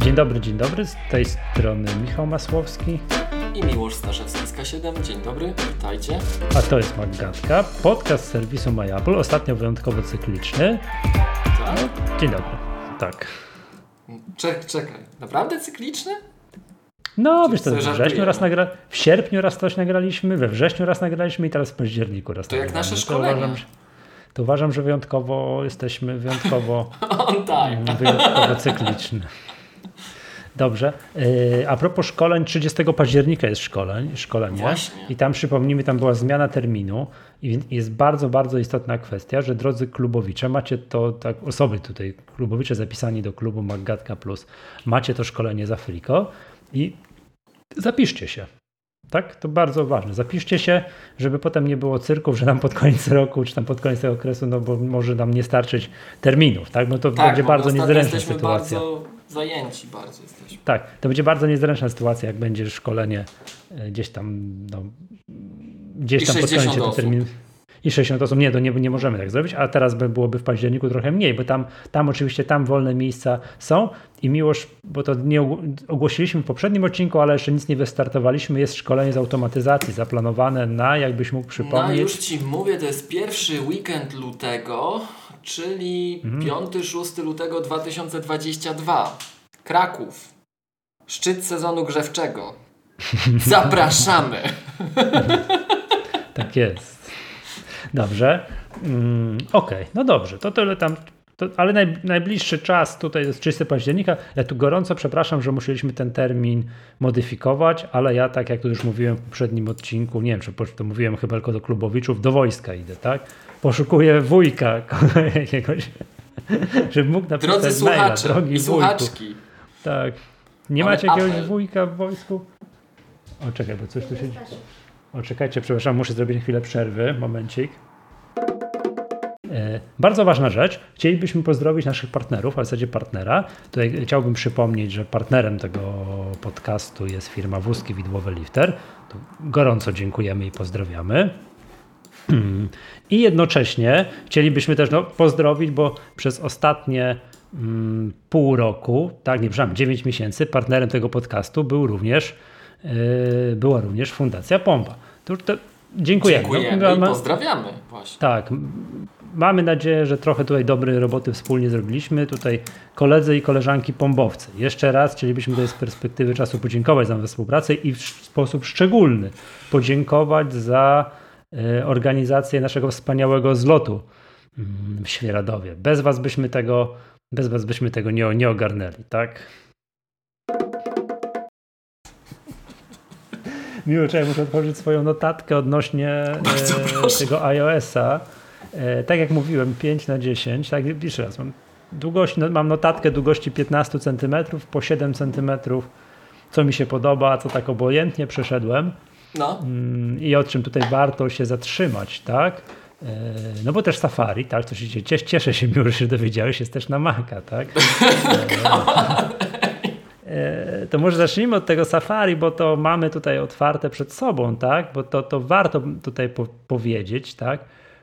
Dzień dobry, z tej strony Michał Masłowski i Miłosz Staszewski z K7. Dzień dobry, witajcie. A to jest Maggatka, podcast serwisu MyApple, ostatnio wyjątkowo cykliczny. Tak? No, dzień dobry, tak. Czekaj, naprawdę cykliczny? No, wiesz, to w wrześniu w sierpniu raz coś nagraliśmy, we wrześniu raz nagraliśmy i teraz w październiku raz to nagraliśmy. Jak nasze szkolenia. To uważam, że jesteśmy wyjątkowo cykliczni. Dobrze. A propos szkoleń, 30 października jest szkolenie. Właśnie. I tam przypomnijmy, tam była zmiana terminu i jest bardzo, bardzo istotna kwestia, że drodzy klubowicze, macie to, tak, osoby tutaj, klubowicze zapisani do klubu Maggatka Plus, macie to szkolenie za friko i zapiszcie się. Tak? To bardzo ważne. Zapiszcie się, żeby potem nie było cyrków, że nam pod koniec roku, czy tam pod koniec tego okresu, no bo może nam nie starczyć terminów, tak? No to będzie bardzo niezręczna sytuacja. Zajęci bardzo jesteśmy. Tak, to będzie bardzo niezręczna sytuacja, jak będzie szkolenie gdzieś tam pod koniec tego terminu. I 60 osób. Nie, to nie możemy tak zrobić, a teraz byłoby w październiku trochę mniej, bo tam oczywiście wolne miejsca są i Miłosz, bo to nie ogłosiliśmy w poprzednim odcinku, ale jeszcze nic nie wystartowaliśmy, jest szkolenie z automatyzacji zaplanowane na, jakbyś mógł przypomnieć. No już Ci mówię, to jest pierwszy weekend lutego, czyli 5-6 lutego 2022. Kraków. Szczyt sezonu grzewczego. Zapraszamy. Tak jest. Dobrze. Okej, no dobrze. To tyle tam. Ale najbliższy czas tutaj jest 30 października. Ja tu gorąco przepraszam, że musieliśmy ten termin modyfikować, ale ja, tak jak tu już mówiłem w poprzednim odcinku, nie wiem, czy to mówiłem chyba tylko do klubowiczów, do wojska idę, tak? Poszukuję wujka jakiegoś, żeby mógł napisać drodzy maila, słuchacze drogi i słuchaczki. Wujku. Tak. Nie macie jakiegoś wujka w wojsku? O, czekaj, bo coś tu się dzieje. O, czekajcie, przepraszam, muszę zrobić chwilę przerwy. Momencik. Bardzo ważna rzecz. Chcielibyśmy pozdrowić naszych partnerów, a w zasadzie partnera. Tutaj chciałbym przypomnieć, że partnerem tego podcastu jest firma Wózki Widłowe Lifter. Tu gorąco dziękujemy i pozdrawiamy. I jednocześnie chcielibyśmy też pozdrowić, bo przez ostatnie pół roku, tak, nie przepraszam, 9 miesięcy partnerem tego podcastu była również Fundacja Pompa. Dziękujemy. Dziękujemy i pozdrawiamy. Właśnie. Tak. Mamy nadzieję, że trochę tutaj dobrej roboty wspólnie zrobiliśmy. Tutaj koledzy i koleżanki pombowcy. Jeszcze raz chcielibyśmy tutaj z perspektywy czasu podziękować za współpracę i w sposób szczególny podziękować za organizację naszego wspaniałego zlotu w Świeradowie. Bez was byśmy tego nie ogarnęli, tak? Miło, czekaj, muszę otworzyć swoją notatkę odnośnie tego iOS-a. Tak jak mówiłem, 5x10. Tak, jeszcze raz, mam notatkę długości 15 cm po 7 cm, co mi się podoba, co tak obojętnie przeszedłem. No. I o czym tutaj warto się zatrzymać, tak? No bo też Safari, tak? To się cieszę się, Miło, że się dowiedziałeś, jest też na Maca, tak? To może zacznijmy od tego Safari, bo to mamy tutaj otwarte przed sobą, tak? Bo to warto tutaj powiedzieć, tak?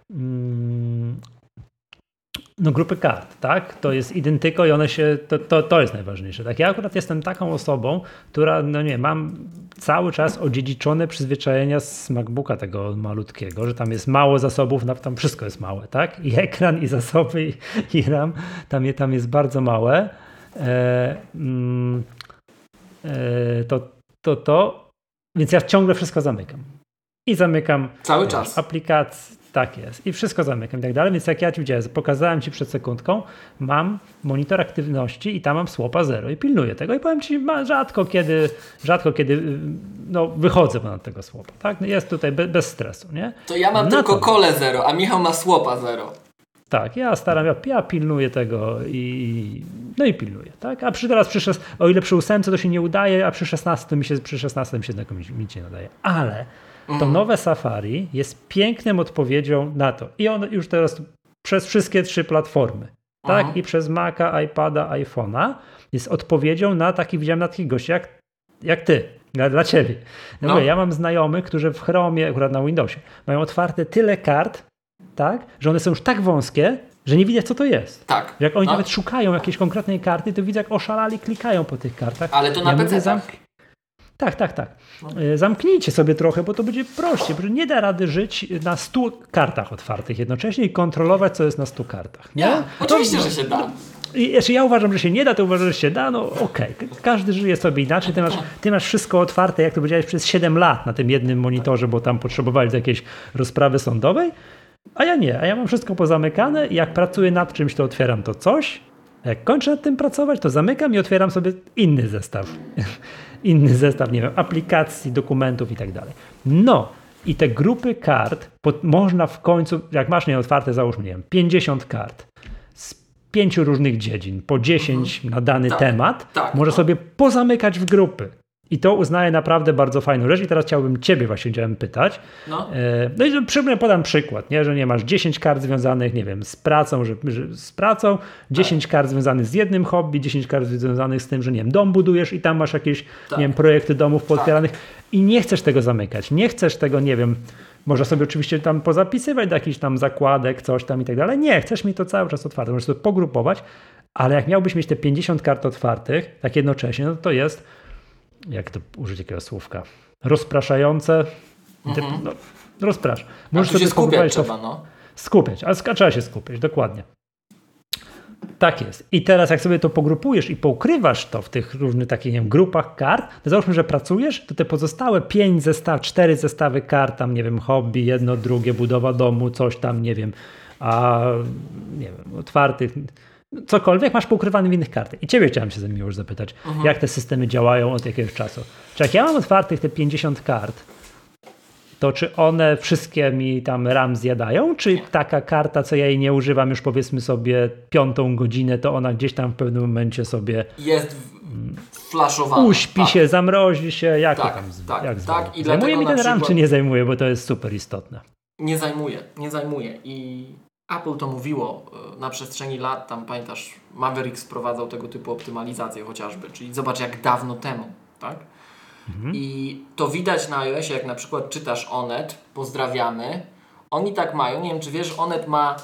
No grupy kart, tak? To jest identyko i one się, to jest najważniejsze. Tak? Ja akurat jestem taką osobą, która, mam cały czas odziedziczone przyzwyczajenia z MacBooka tego malutkiego, że tam jest mało zasobów, tam wszystko jest małe, tak? I ekran, i zasoby, i RAM, tam jest bardzo małe. Więc ja ciągle wszystko zamykam. I zamykam cały czas aplikacje, tak jest, i wszystko zamykam i tak dalej, więc jak ja ci widziałem, pokazałem ci przed sekundką, mam monitor aktywności i tam mam słapa 0 i pilnuję tego i powiem ci, rzadko kiedy wychodzę ponad tego słopa, tak? Jest tutaj bez stresu, nie? To ja mam tylko kole 0, a Michał ma słopa 0. Tak, ja pilnuję tego i pilnuję, tak? A o ile przy 8 to się nie udaje, a przy 16 mi się tego nic nie nadaje. Ale to nowe Safari jest piękną odpowiedzią na to. I on już teraz przez wszystkie 3 platformy, tak? I przez Maca, iPada, iPhone'a jest odpowiedzią na widziałem na takich gości jak ty. Dla ciebie. Mówię, ja mam znajomych, którzy w Chromie, akurat na Windowsie, mają otwarte tyle kart, tak, że one są już tak wąskie, Że nie widać, co to jest. Tak. Jak oni nawet szukają jakiejś konkretnej karty, to widzę, jak oszalali, klikają po tych kartach. Ale to na PC-tach. Tak. Zamknijcie sobie trochę, bo to będzie prościej, bo nie da rady żyć na 100 kartach otwartych jednocześnie i kontrolować, co jest na 100 kartach. Nie? Oczywiście, że się da. Ja uważam, że się nie da, ty uważasz, że się da, no okej. Każdy żyje sobie inaczej, ty masz wszystko otwarte, jak to powiedziałeś, przez 7 lat na tym jednym monitorze, bo tam potrzebowali do jakiejś rozprawy sądowej, a ja nie, a ja mam wszystko pozamykane i jak pracuję nad czymś, to otwieram to coś, a jak kończę nad tym pracować, to zamykam i otwieram sobie inny zestaw. Inny zestaw, nie wiem, aplikacji, dokumentów i tak dalej. No i te grupy kart można w końcu, jak masz otwarte, załóżmy, nie wiem, 50 kart z 5 różnych dziedzin, po 10 na dany temat, może sobie pozamykać w grupy. I to uznaję naprawdę bardzo fajną rzecz i teraz ciebie chciałem pytać. No i podam przykład, nie? Że nie masz 10 kart związanych, nie wiem, z pracą, z pracą, 10 kart związanych z jednym hobby, 10 kart związanych z tym, że nie wiem, dom budujesz i tam masz jakieś nie wiem, projekty domów pootwieranych i nie chcesz tego zamykać, nie chcesz tego, nie wiem, można sobie oczywiście tam pozapisywać do jakichś tam zakładek, coś tam i tak dalej. Nie, chcesz mieć to cały czas otwarte, możesz sobie pogrupować, ale jak miałbyś mieć te 50 kart otwartych, tak jednocześnie, no to jest, jak to użyć jakiego słówka, rozpraszające, rozprasz. Możesz sobie skupiać trzeba, Skupiać, ale trzeba się skupiać, dokładnie. Tak jest. I teraz jak sobie to pogrupujesz i poukrywasz to w tych różnych takich, nie wiem, grupach kart, to załóżmy, że pracujesz, to te pozostałe 4 zestawy kart, tam nie wiem, hobby, jedno, drugie, budowa domu, coś tam, nie wiem, nie wiem, otwartych, cokolwiek masz poukrywane w innych kartach. I ciebie chciałem się Miłosz zapytać, jak te systemy działają od jakiegoś czasu. Czy jak ja mam otwartych te 50 kart, to czy one wszystkie mi tam RAM zjadają, czy taka karta, co ja jej nie używam już powiedzmy sobie 5 godzinę, to ona gdzieś tam w pewnym momencie sobie jest flashowana. Uśpi się, zamrozi się, jak to tam tak. I zajmuje mi ten RAM, czy nie zajmuje, bo to jest super istotne. Nie zajmuje. I Apple to mówiło na przestrzeni lat, tam pamiętasz, Maverick sprowadzał tego typu optymalizację chociażby, czyli zobacz jak dawno temu, tak? I to widać na iOSie, jak na przykład czytasz Onet, pozdrawiamy, oni tak mają, nie wiem czy wiesz, Onet ma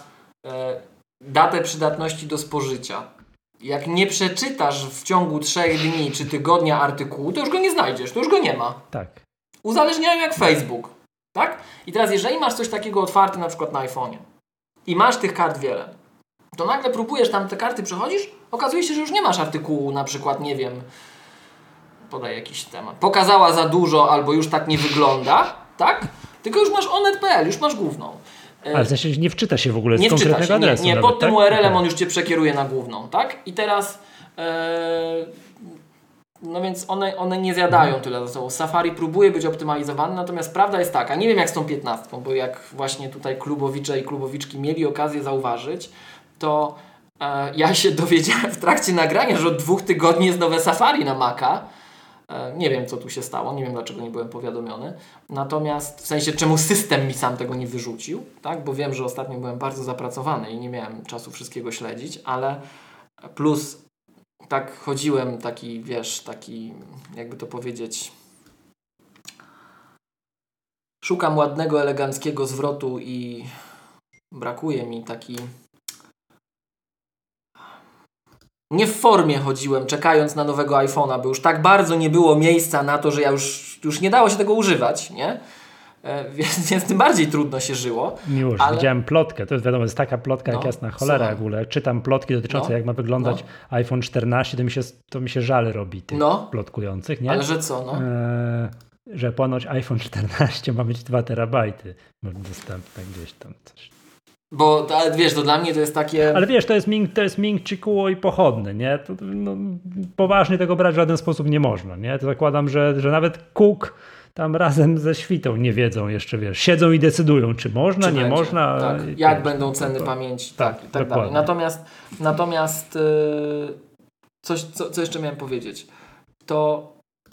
datę przydatności do spożycia. Jak nie przeczytasz w ciągu 3 dni czy tygodnia artykułu, to już go nie znajdziesz, to już go nie ma. Tak. Uzależniają jak Facebook, tak? I teraz jeżeli masz coś takiego otwarte na przykład na iPhone'ie i masz tych kart wiele, to nagle próbujesz tam te karty przechodzisz, okazuje się, że już nie masz artykułu, na przykład, nie wiem, podaj jakiś temat, pokazała za dużo albo już tak nie wygląda, tak? Tylko już masz onet.pl, już masz główną. Ale w sensie nie wczyta się w ogóle z konkretnego adresu. Nie, pod tym URL-em on już Cię przekieruje na główną, tak? I teraz no więc one nie zjadają tyle za sobą. Safari próbuje być optymalizowany, natomiast prawda jest taka, nie wiem jak z tą 15, bo jak właśnie tutaj klubowicze i klubowiczki mieli okazję zauważyć, to ja się dowiedziałem w trakcie nagrania, że od 2 tygodni jest nowe Safari na Maca. Nie wiem co tu się stało, nie wiem dlaczego nie byłem powiadomiony. Natomiast w sensie czemu system mi sam tego nie wyrzucił, tak? Bo wiem, że ostatnio byłem bardzo zapracowany i nie miałem czasu wszystkiego śledzić, ale plus tak chodziłem taki, wiesz, taki jakby to powiedzieć, szukam ładnego, eleganckiego zwrotu i brakuje mi taki... Nie w formie chodziłem, czekając na nowego iPhone'a, bo już tak bardzo nie było miejsca na to, że ja już nie dało się tego używać, nie? Więc tym bardziej trudno się żyło. Miłość, widziałem plotkę, to jest wiadomo, jest taka plotka jak jasna cholera w ogóle. Czytam plotki dotyczące jak ma wyglądać iPhone 14, to mi się żal robi tych plotkujących, nie? Ale że co, że ponoć iPhone 14 ma mieć 2 terabajty dostępne gdzieś tam coś. Bo wiesz, to dla mnie to jest takie... Ale wiesz, to jest miękczykuło i pochodne, nie? To, poważnie tego brać w żaden sposób nie można, nie? To zakładam, że nawet Cook tam razem ze świtą nie wiedzą jeszcze, wiesz, siedzą i decydują, czy można, czy nie będzie, można. Tak. Jak będą ceny pamięci, tak i tak dalej. Natomiast co jeszcze miałem powiedzieć, to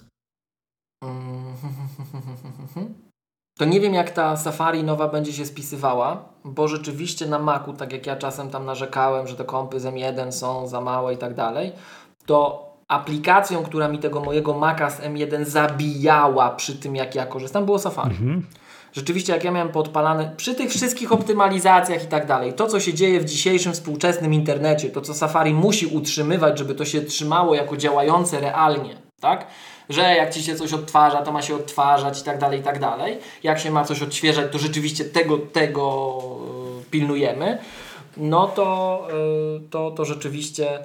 nie wiem jak ta Safari nowa będzie się spisywała, bo rzeczywiście na Macu, tak jak ja czasem tam narzekałem, że te kompy z M1 są za małe i tak dalej, to aplikacją, która mi tego mojego Maca z M1 zabijała przy tym jak ja korzystam, było Safari. rzeczywiście jak ja miałem podpalane, przy tych wszystkich optymalizacjach i tak dalej, to co się dzieje w dzisiejszym współczesnym internecie, to co Safari musi utrzymywać, żeby to się trzymało jako działające realnie, tak? Że jak ci się coś odtwarza, to ma się odtwarzać i tak dalej. Jak się ma coś odświeżać, to rzeczywiście tego pilnujemy. No to rzeczywiście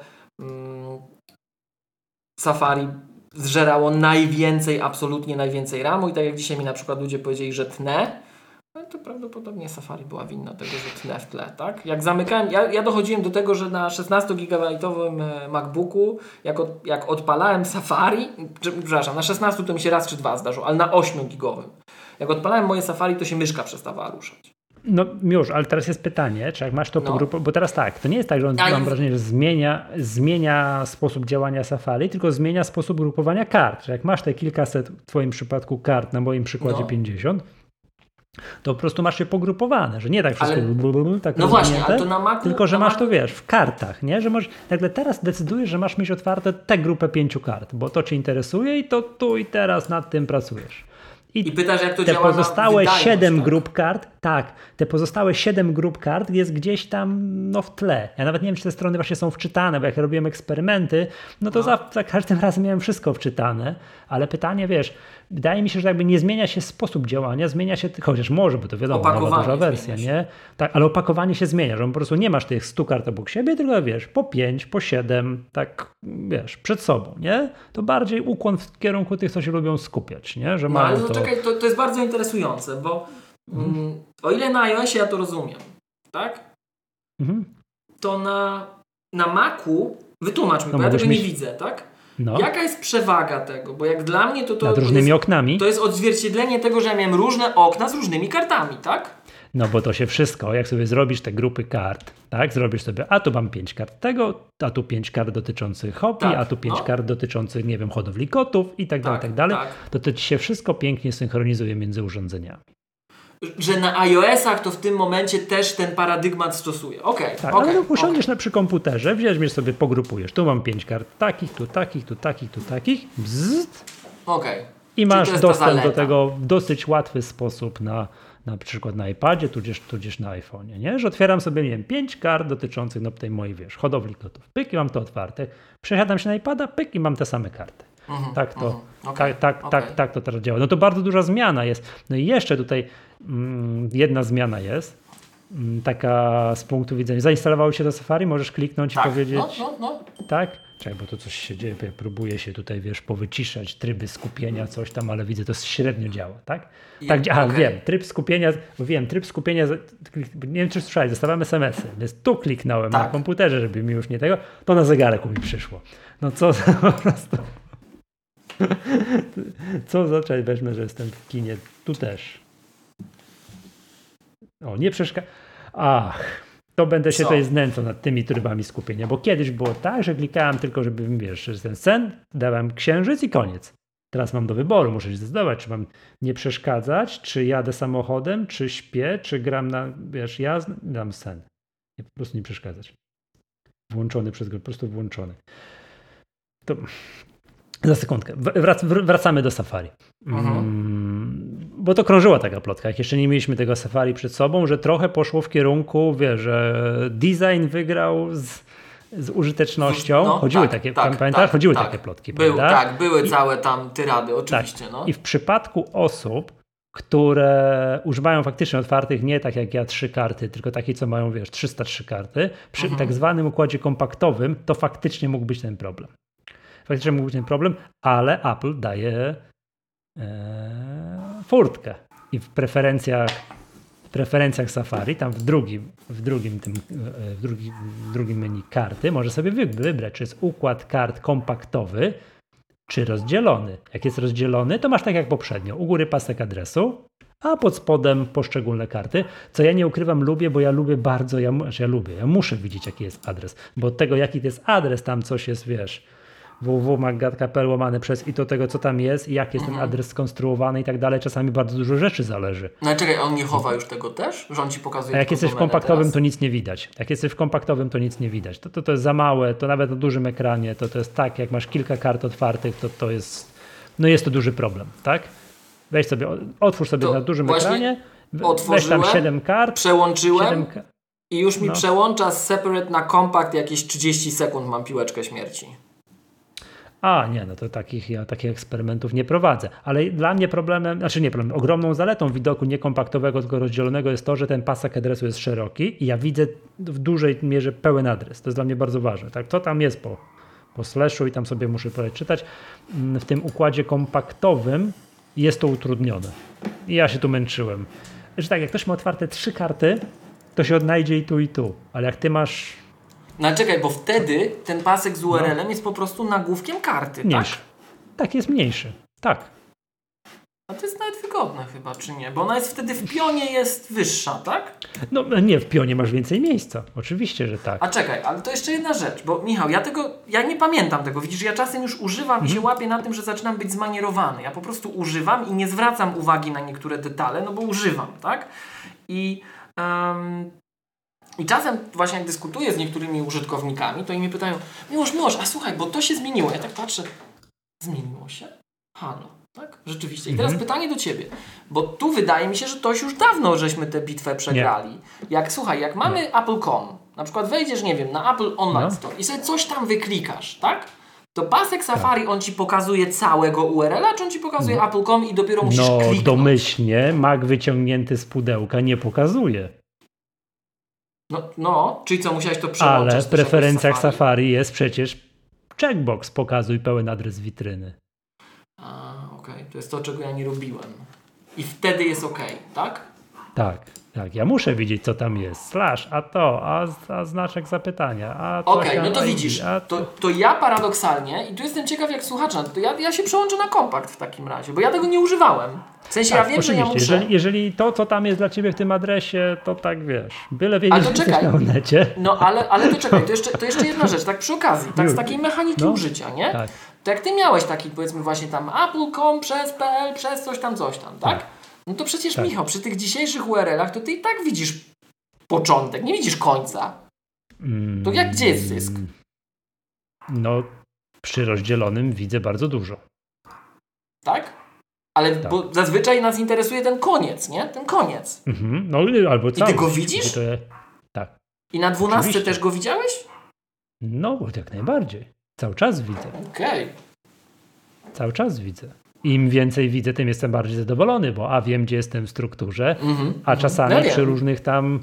Safari zżerało absolutnie najwięcej RAMu i tak jak dzisiaj mi na przykład ludzie powiedzieli, że tnę, no to prawdopodobnie Safari była winna tego, że tnę w tle, tak? Jak zamykałem, ja dochodziłem do tego, że na 16-gigabajtowym MacBooku, jak odpalałem Safari, przepraszam, na 16 to mi się raz czy dwa zdarzyło, ale na 8-gigowym. Jak odpalałem moje Safari, to się myszka przestawała ruszać. No już, ale teraz jest pytanie, czy jak masz to bo teraz tak, to nie jest tak, że on mam wrażenie, że zmienia sposób działania Safari, tylko zmienia sposób grupowania kart. Że jak masz te kilkaset w twoim przypadku kart, na moim przykładzie 50, to po prostu masz je pogrupowane, że nie tak wszystko tak no właśnie, ale to na Macu, tylko że masz to w kartach, nie? Że możesz, nagle teraz decydujesz, że masz mieć otwarte tę grupę 5 kart, bo to cię interesuje i to tu i teraz nad tym pracujesz. I pytasz, jak to te działa pozostałe na 7 tak? grup kart, te pozostałe 7 grup kart jest gdzieś tam w tle. Ja nawet nie wiem, czy te strony właśnie są wczytane, bo jak robiłem eksperymenty, to za każdym razem miałem wszystko wczytane, ale pytanie, wydaje mi się, że jakby nie zmienia się sposób działania, zmienia się, chociaż może, bo to wiadomo, nowa duża wersja, nie? Tak, ale opakowanie się zmienia, że po prostu nie masz tych 100 kart obok siebie, tylko po 5, po 7, tak przed sobą, nie? To bardziej ukłon w kierunku tych, co się lubią skupiać, nie? Że mają ale czekaj, to jest bardzo interesujące, bo o ile na iOSie ja to rozumiem, tak? To na Macu, wytłumacz mi, bo ja tego nie widzę, tak? No. Jaka jest przewaga tego? Bo jak dla mnie to nad różnymi oknami. To jest odzwierciedlenie tego, że ja miałem różne okna z różnymi kartami, tak? No bo to się wszystko, jak sobie zrobisz te grupy kart, tak? Zrobisz sobie, a tu mam 5 kart tego, a tu 5 kart dotyczących hobby, a tu 5 kart dotyczących, nie wiem, hodowli kotów i tak dalej, to ci się wszystko pięknie synchronizuje między urządzeniami. Że na iOS-ach to w tym momencie też ten paradygmat stosuje. Ale usiądziesz przy komputerze, weźmiesz sobie, pogrupujesz. Tu mam 5 kart takich, tu takich, tu takich, tu takich. Bzzzt. I masz dostęp do tego w dosyć łatwy sposób na przykład na iPadzie, tudzież na iPhone'ie, nie? Że otwieram sobie, nie wiem, 5 kart dotyczących tej mojej, hodowli kotów. Pyk i mam to otwarte. Przesiadam się na iPada, pyk i mam te same karty. Tak to teraz działa. No to bardzo duża zmiana jest. No i jeszcze tutaj jedna zmiana jest, taka z punktu widzenia. Zainstalowało się do Safari, możesz kliknąć i powiedzieć. Tak? Czekaj, bo to coś się dzieje, próbuję się tutaj, powyciszać, tryby skupienia, coś tam, ale widzę, to średnio działa, tak? Wiem, tryb skupienia, nie wiem, czy słyszałeś, dostawamy SMS-y, więc tu kliknąłem na komputerze, żeby mi już nie tego, to na zegarek mi przyszło. No co za po prostu. Co zacząć? Weźmy, że jestem w kinie. Tu też. O, nie przeszkadza. To będę się tutaj znęcał nad tymi trybami skupienia, bo kiedyś było tak, że klikałem tylko, żeby, że ten sen, dałem księżyc i koniec. Teraz mam do wyboru, muszę się zdecydować, czy mam nie przeszkadzać, czy jadę samochodem, czy śpię, czy gram na, jazdę, dam sen. Po prostu nie przeszkadzać. Włączony po prostu włączony. To za sekundkę. Wracamy do Safari. Bo to krążyła taka plotka, jak jeszcze nie mieliśmy tego Safari przed sobą, że trochę poszło w kierunku, że design wygrał z użytecznością. Chodziły takie, pamiętasz? Chodziły takie plotki, prawda? Były całe tam tyrady, oczywiście. I w przypadku osób, które używają faktycznie otwartych, nie tak jak ja 3 karty, tylko takie, co mają 303 karty, przy tak zwanym układzie kompaktowym, to faktycznie mógł być ten problem. Ale Apple daje furtkę i w preferencjach Safari, tam w drugim menu karty, może sobie wybrać, czy jest układ kart kompaktowy, czy rozdzielony. Jak jest rozdzielony, to masz tak jak poprzednio, u góry pasek adresu, a pod spodem poszczególne karty, co ja nie ukrywam, lubię, bo ja lubię bardzo, ja muszę widzieć, jaki jest adres, bo od tego, jaki to jest adres, tam coś jest, www.maggat.pl / i do tego, co tam jest i jak jest ten adres skonstruowany i tak dalej, czasami bardzo dużo rzeczy zależy. No czekaj, on nie chowa już tego też? Że on ci pokazuje. A jak jesteś w kompaktowym, to nic nie widać. To jest za małe, to nawet na dużym ekranie, to jest tak, jak masz kilka kart otwartych, to jest, jest to duży problem, tak? Weź sobie, otwórz sobie To na dużym właśnie ekranie, weź otworzyłem, tam 7 kart. przełączyłem i już mi przełącza z separate na compact jakieś 30 sekund mam piłeczkę śmierci. Nie, no to takich eksperymentów nie prowadzę. Ale dla mnie ogromną zaletą widoku niekompaktowego, tylko rozdzielonego jest to, że ten pasek adresu jest szeroki i ja widzę w dużej mierze pełen adres. To jest dla mnie bardzo ważne. Tak? Co tam jest po slashu i tam sobie muszę czytać. W tym układzie kompaktowym jest to utrudnione. I ja się tu męczyłem. Że tak, jak ktoś ma otwarte 3 karty, to się odnajdzie i tu. Ale jak ty masz... No czekaj, bo wtedy ten pasek z URL-em jest po prostu nagłówkiem karty, mniejszy. tak? Tak, jest mniejszy. Tak. A to jest nawet wygodne chyba, czy nie? Bo ona jest wtedy w pionie jest wyższa, tak? No nie, w pionie masz więcej miejsca. Oczywiście, że tak. A czekaj, ale to jeszcze jedna rzecz, bo Michał, ja nie pamiętam tego. Widzisz, ja czasem już używam i się łapię na tym, że zaczynam być zmanierowany. Ja po prostu używam i nie zwracam uwagi na niektóre detale, no bo używam, tak? I czasem właśnie jak dyskutuję z niektórymi użytkownikami, to oni mnie pytają, Miłosz, a słuchaj, bo to się zmieniło. Ja tak patrzę, zmieniło się? Halo, tak? Rzeczywiście. I teraz pytanie do Ciebie, bo tu wydaje mi się, że to już dawno żeśmy tę bitwę przegrali. Jak mamy Apple.com, na przykład wejdziesz, nie wiem, na Apple Online Store i sobie coś tam wyklikasz, tak? To pasek Safari, on Ci pokazuje całego URL-a, czy on Ci pokazuje Apple.com i dopiero musisz kliknąć? No, domyślnie Mac wyciągnięty z pudełka nie pokazuje. No, czyli co, musiałeś to przełączyć? Ale w preferencjach Safari jest przecież checkbox, pokazuj pełen adres witryny. Okej. To jest to, czego ja nie robiłem. I wtedy jest okej, tak? Tak. Ja muszę wiedzieć, co tam jest. Slash, a znaczek zapytania. Okej, no to widzisz, to ja paradoksalnie, i tu jestem ciekaw jak słuchacza, to ja się przełączę na kompakt w takim razie, bo ja tego nie używałem. W sensie ja wiem, że ja muszę... Jeżeli to, co tam jest dla Ciebie w tym adresie, to tak wiesz, byle wiedzieć, że jesteś na necie. No ale to czekaj, to jeszcze jedna rzecz, tak przy okazji, tak z takiej mechaniki użycia, nie? Tak. To jak Ty miałeś taki, powiedzmy właśnie tam Apple.com przez PL, przez coś tam, tak? No to przecież Michał, przy tych dzisiejszych URL-ach to Ty i tak widzisz początek, nie widzisz końca. To gdzie jest zysk? No, przy rozdzielonym widzę bardzo dużo. Tak? Ale bo zazwyczaj nas interesuje ten koniec, nie? Ten koniec. No albo całość. I Ty go widzisz? Tak. I na 12 Oczywiście. też go widziałeś? No, bo jak najbardziej. Cały czas widzę. Okej. Cały czas widzę. Im więcej widzę, tym jestem bardziej zadowolony, bo wiem, gdzie jestem w strukturze, a czasami przy różnych tam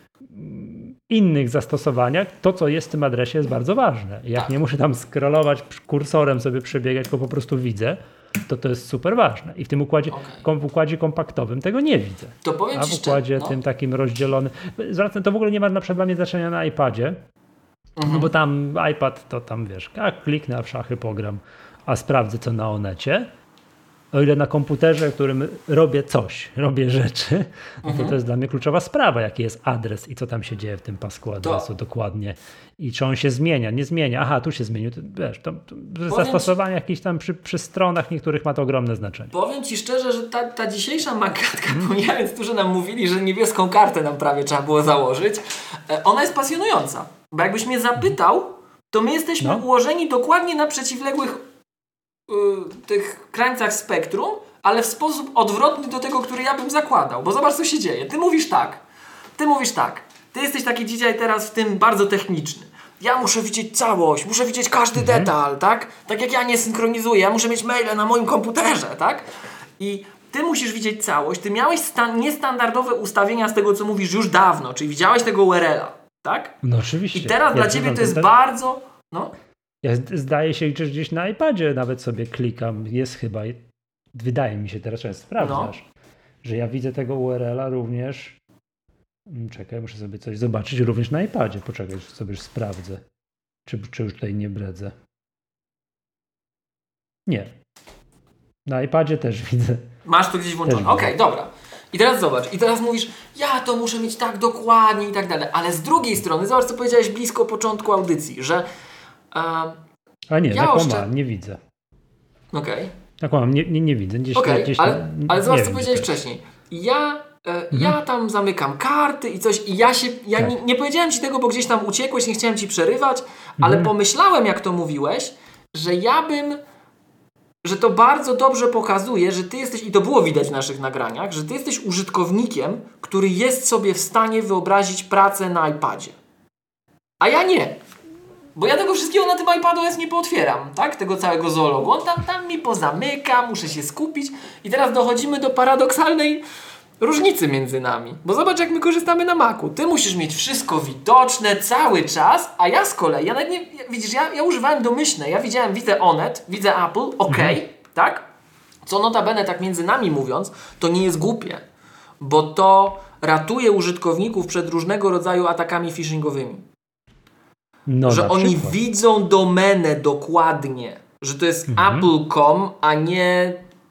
innych zastosowaniach to, co jest w tym adresie, jest bardzo ważne. Jak nie muszę tam scrollować, kursorem sobie przebiegać, tylko po prostu widzę, to jest super ważne. I w tym układzie, w układzie kompaktowym tego nie widzę. To powiem a w układzie tym takim rozdzielonym... Zwracam, to w ogóle nie ma na przykład dla mnie znaczenia na iPadzie, no bo tam iPad to tam wiesz, jak kliknę, a w szachy pogram, a sprawdzę co na Onecie. O ile na komputerze, w którym robię rzeczy, to jest dla mnie kluczowa sprawa, jaki jest adres i co tam się dzieje w tym pasku adresu dokładnie. I czy on się zmienia, nie zmienia. Aha, tu się zmienił. Wiesz, zastosowanie jakieś tam przy stronach niektórych ma to ogromne znaczenie. Powiem Ci szczerze, że ta dzisiejsza magatka, pomijając tu, że nam mówili, że niebieską kartę nam prawie trzeba było założyć, ona jest pasjonująca. Bo jakbyś mnie zapytał, to my jesteśmy ułożeni dokładnie na przeciwległych tych krańcach spektrum, ale w sposób odwrotny do tego, który ja bym zakładał. Bo zobacz, co się dzieje. Ty mówisz tak. Ty jesteś taki dzisiaj teraz w tym bardzo techniczny. Ja muszę widzieć całość, muszę widzieć każdy detal, tak? Tak jak ja nie synchronizuję, ja muszę mieć maile na moim komputerze, tak? I Ty musisz widzieć całość. Ty miałeś niestandardowe ustawienia z tego, co mówisz już dawno, czyli widziałeś tego URL-a, tak? No oczywiście. I teraz dla Ciebie to jest bardzo... Ja zdaje się, że gdzieś na iPadzie nawet sobie klikam. Jest chyba, wydaje mi się, teraz sprawdzasz, że ja widzę tego URL-a również. Czekaj, muszę sobie coś zobaczyć również na iPadzie. Poczekaj, sobie już sprawdzę. Czy już tutaj nie bredzę? Nie. Na iPadzie też widzę. Masz to gdzieś włączone. Okej, dobra. I teraz zobacz. I teraz mówisz, ja to muszę mieć tak dokładnie i tak dalej. Ale z drugiej strony, zobacz, co powiedziałeś blisko początku audycji, że a nie, ja nie widzę. Okej. Tak nie widzę. Ale zobacz, co powiedziałeś wcześniej. Ja tam zamykam karty i coś i nie powiedziałem Ci tego, bo gdzieś tam uciekłeś, nie chciałem Ci przerywać, ale pomyślałem, jak to mówiłeś, że ja bym że to bardzo dobrze pokazuje, że ty jesteś, i to było widać w naszych nagraniach, że ty jesteś użytkownikiem, który jest sobie w stanie wyobrazić pracę na iPadzie. A ja nie. Bo ja tego wszystkiego na tym iPadOS nie pootwieram, tak? Tego całego zoologu. On tam mi pozamyka, muszę się skupić. I teraz dochodzimy do paradoksalnej różnicy między nami. Bo zobacz, jak my korzystamy na Macu. Ty musisz mieć wszystko widoczne cały czas, a ja z kolei, widzisz, ja używałem domyślne. Ja widzę Onet, widzę Apple, tak? Co notabene, tak między nami mówiąc, to nie jest głupie. Bo to ratuje użytkowników przed różnego rodzaju atakami phishingowymi. No, że oni widzą domenę dokładnie, że to jest apple.com, a nie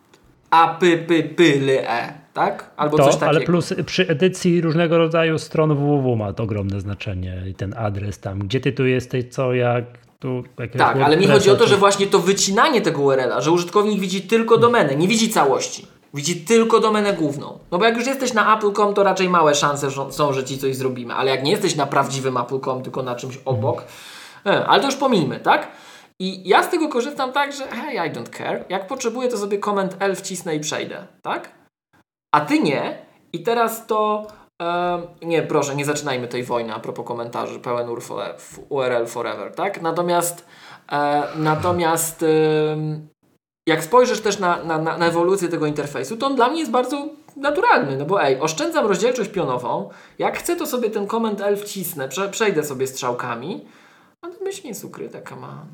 appyle, tak? Albo coś takiego. Ale plus przy edycji różnego rodzaju stron www ma to ogromne znaczenie i ten adres tam, gdzie ty tu jesteś, co, jak tu... Tak, ale mi chodzi o to, że właśnie to wycinanie tego URL-a, że użytkownik widzi tylko domenę, nie widzi całości. Widzi tylko domenę główną. No bo jak już jesteś na apple.com, to raczej małe szanse są, że ci coś zrobimy. Ale jak nie jesteś na prawdziwym apple.com, tylko na czymś obok, ale to już pomijmy, tak? I ja z tego korzystam tak, że hey, I don't care. Jak potrzebuję, to sobie Command L wcisnę i przejdę, tak? A ty nie. I teraz to... nie, proszę, nie zaczynajmy tej wojny a propos komentarzy. Pełen URL forever, tak? Natomiast jak spojrzysz też na ewolucję tego interfejsu, to on dla mnie jest bardzo naturalny, no bo oszczędzam rozdzielczość pionową, jak chcę, to sobie ten Command L wcisnę, przejdę sobie strzałkami, a to myśl nie jest ukryte, come on.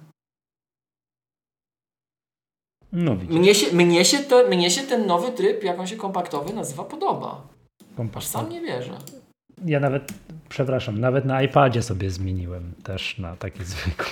No widzisz. Mnie się ten nowy tryb, jak on się kompaktowy nazywa, podoba. Aż sam nie wierzę. Ja nawet na iPadzie sobie zmieniłem też na taki zwykły.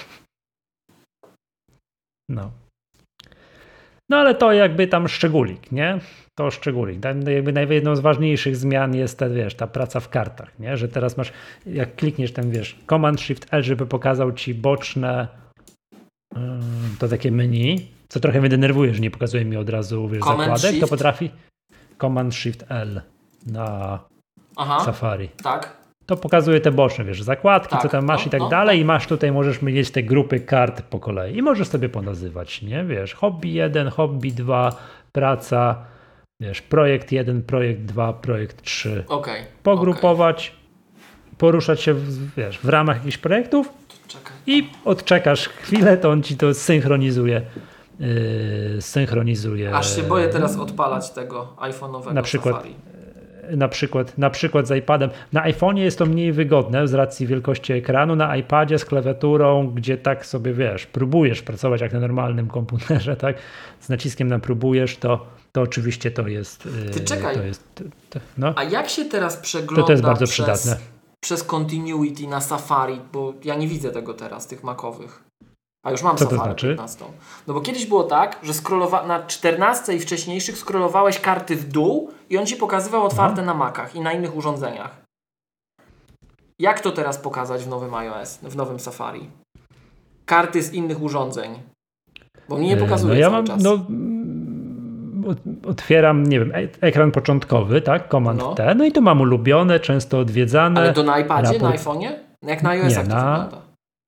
No ale to jakby tam szczególik, nie? To szczególik. Jakby jedną z ważniejszych zmian jest ta praca w kartach, nie? Że teraz masz, jak klikniesz ten, Command Shift L, żeby pokazał ci boczne to takie menu, co trochę mnie denerwuje, że nie pokazuje mi od razu, zakładek, Shift? to potrafi Command Shift L na Safari. Tak. To pokazuje te boczne, zakładki, co tam masz i tak dalej i masz tutaj, możesz mieć te grupy kart po kolei i możesz sobie ponazywać, nie? Hobby 1, hobby 2, praca, projekt 1, projekt 2, projekt 3. Pogrupować, poruszać się w ramach jakichś projektów i odczekasz chwilę, to on ci to synchronizuje. Aż się boję teraz odpalać tego iPhone'owego Safari. Na przykład z iPadem. Na iPhone'ie jest to mniej wygodne z racji wielkości ekranu. Na iPadzie z klawiaturą, gdzie tak sobie próbujesz pracować jak na normalnym komputerze, tak? Z naciskiem na próbujesz, to oczywiście to jest... Ty czekaj, no. A jak się teraz przegląda to jest bardzo przydatne. Przez continuity na Safari, bo ja nie widzę tego teraz, tych macowych. A już mam Co Safari to znaczy? 15. No bo kiedyś było tak, że na 14 i wcześniejszych scrollowałeś karty w dół i on ci pokazywał otwarte na Macach i na innych urządzeniach. Jak to teraz pokazać w nowym iOS, w nowym Safari? Karty z innych urządzeń. Bo mnie nie pokazuje cały czas. Otwieram, nie wiem, ekran początkowy, tak? Command T. No i to mam ulubione, często odwiedzane. Ale to na iPadzie, na iPhone'ie? Jak na iOS-ach to wygląda?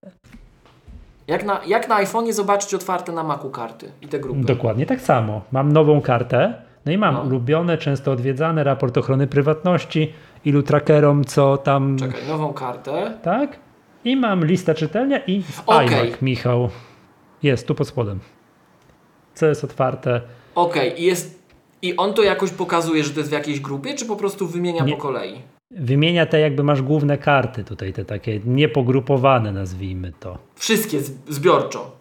Jak na iPhone'ie zobaczyć otwarte na Macu karty i te grupy? Dokładnie tak samo. Mam nową kartę, no i mam ulubione, często odwiedzane, raport ochrony prywatności, ilu trackerom, co tam... Czekaj, nową kartę. Tak. I mam listę czytelnia i iMac, Michał. Jest tu pod spodem. Co jest otwarte. I on to jakoś pokazuje, że to jest w jakiejś grupie, czy po prostu wymienia po kolei? Wymienia te, jakby masz główne karty tutaj, te takie niepogrupowane, nazwijmy to. Wszystkie zbiorczo.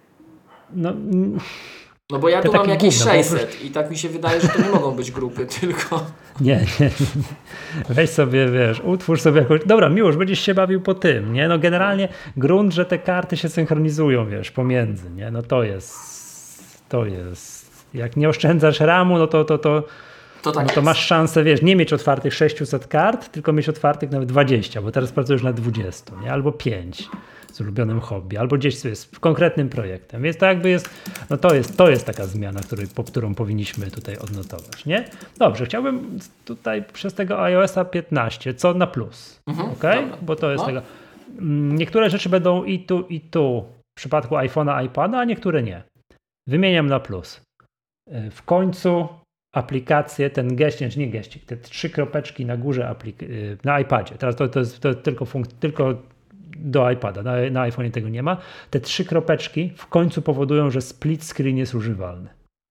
No bo ja tu mam jakieś 600 i tak mi się wydaje, że to nie mogą być grupy, tylko... Nie. Weź sobie, utwórz sobie jakąś... Dobra, Miłosz, będziesz się bawił po tym, nie? No generalnie grunt, że te karty się synchronizują, pomiędzy, nie? No to jest... Jak nie oszczędzasz RAM-u, no to masz szansę, nie mieć otwartych 600 kart, tylko mieć otwartych nawet 20, bo teraz pracujesz na 20, nie? Albo 5 z ulubionym hobby, albo gdzieś jest konkretnym projektem. Więc to jakby jest, no to jest taka zmiana, którą powinniśmy tutaj odnotować, nie? Dobrze, chciałbym tutaj przez tego iOS-a 15, co na plus, okej? Bo to jest tego. Niektóre rzeczy będą i tu w przypadku iPhone'a, iPada, a niektóre nie. Wymieniam na plus. W końcu aplikacje, ten geścik, nie geścik, te 3 kropeczki na górze na iPadzie. Teraz to jest tylko do iPada, na iPhone'ie tego nie ma. Te 3 kropeczki w końcu powodują, że split screen jest używalny.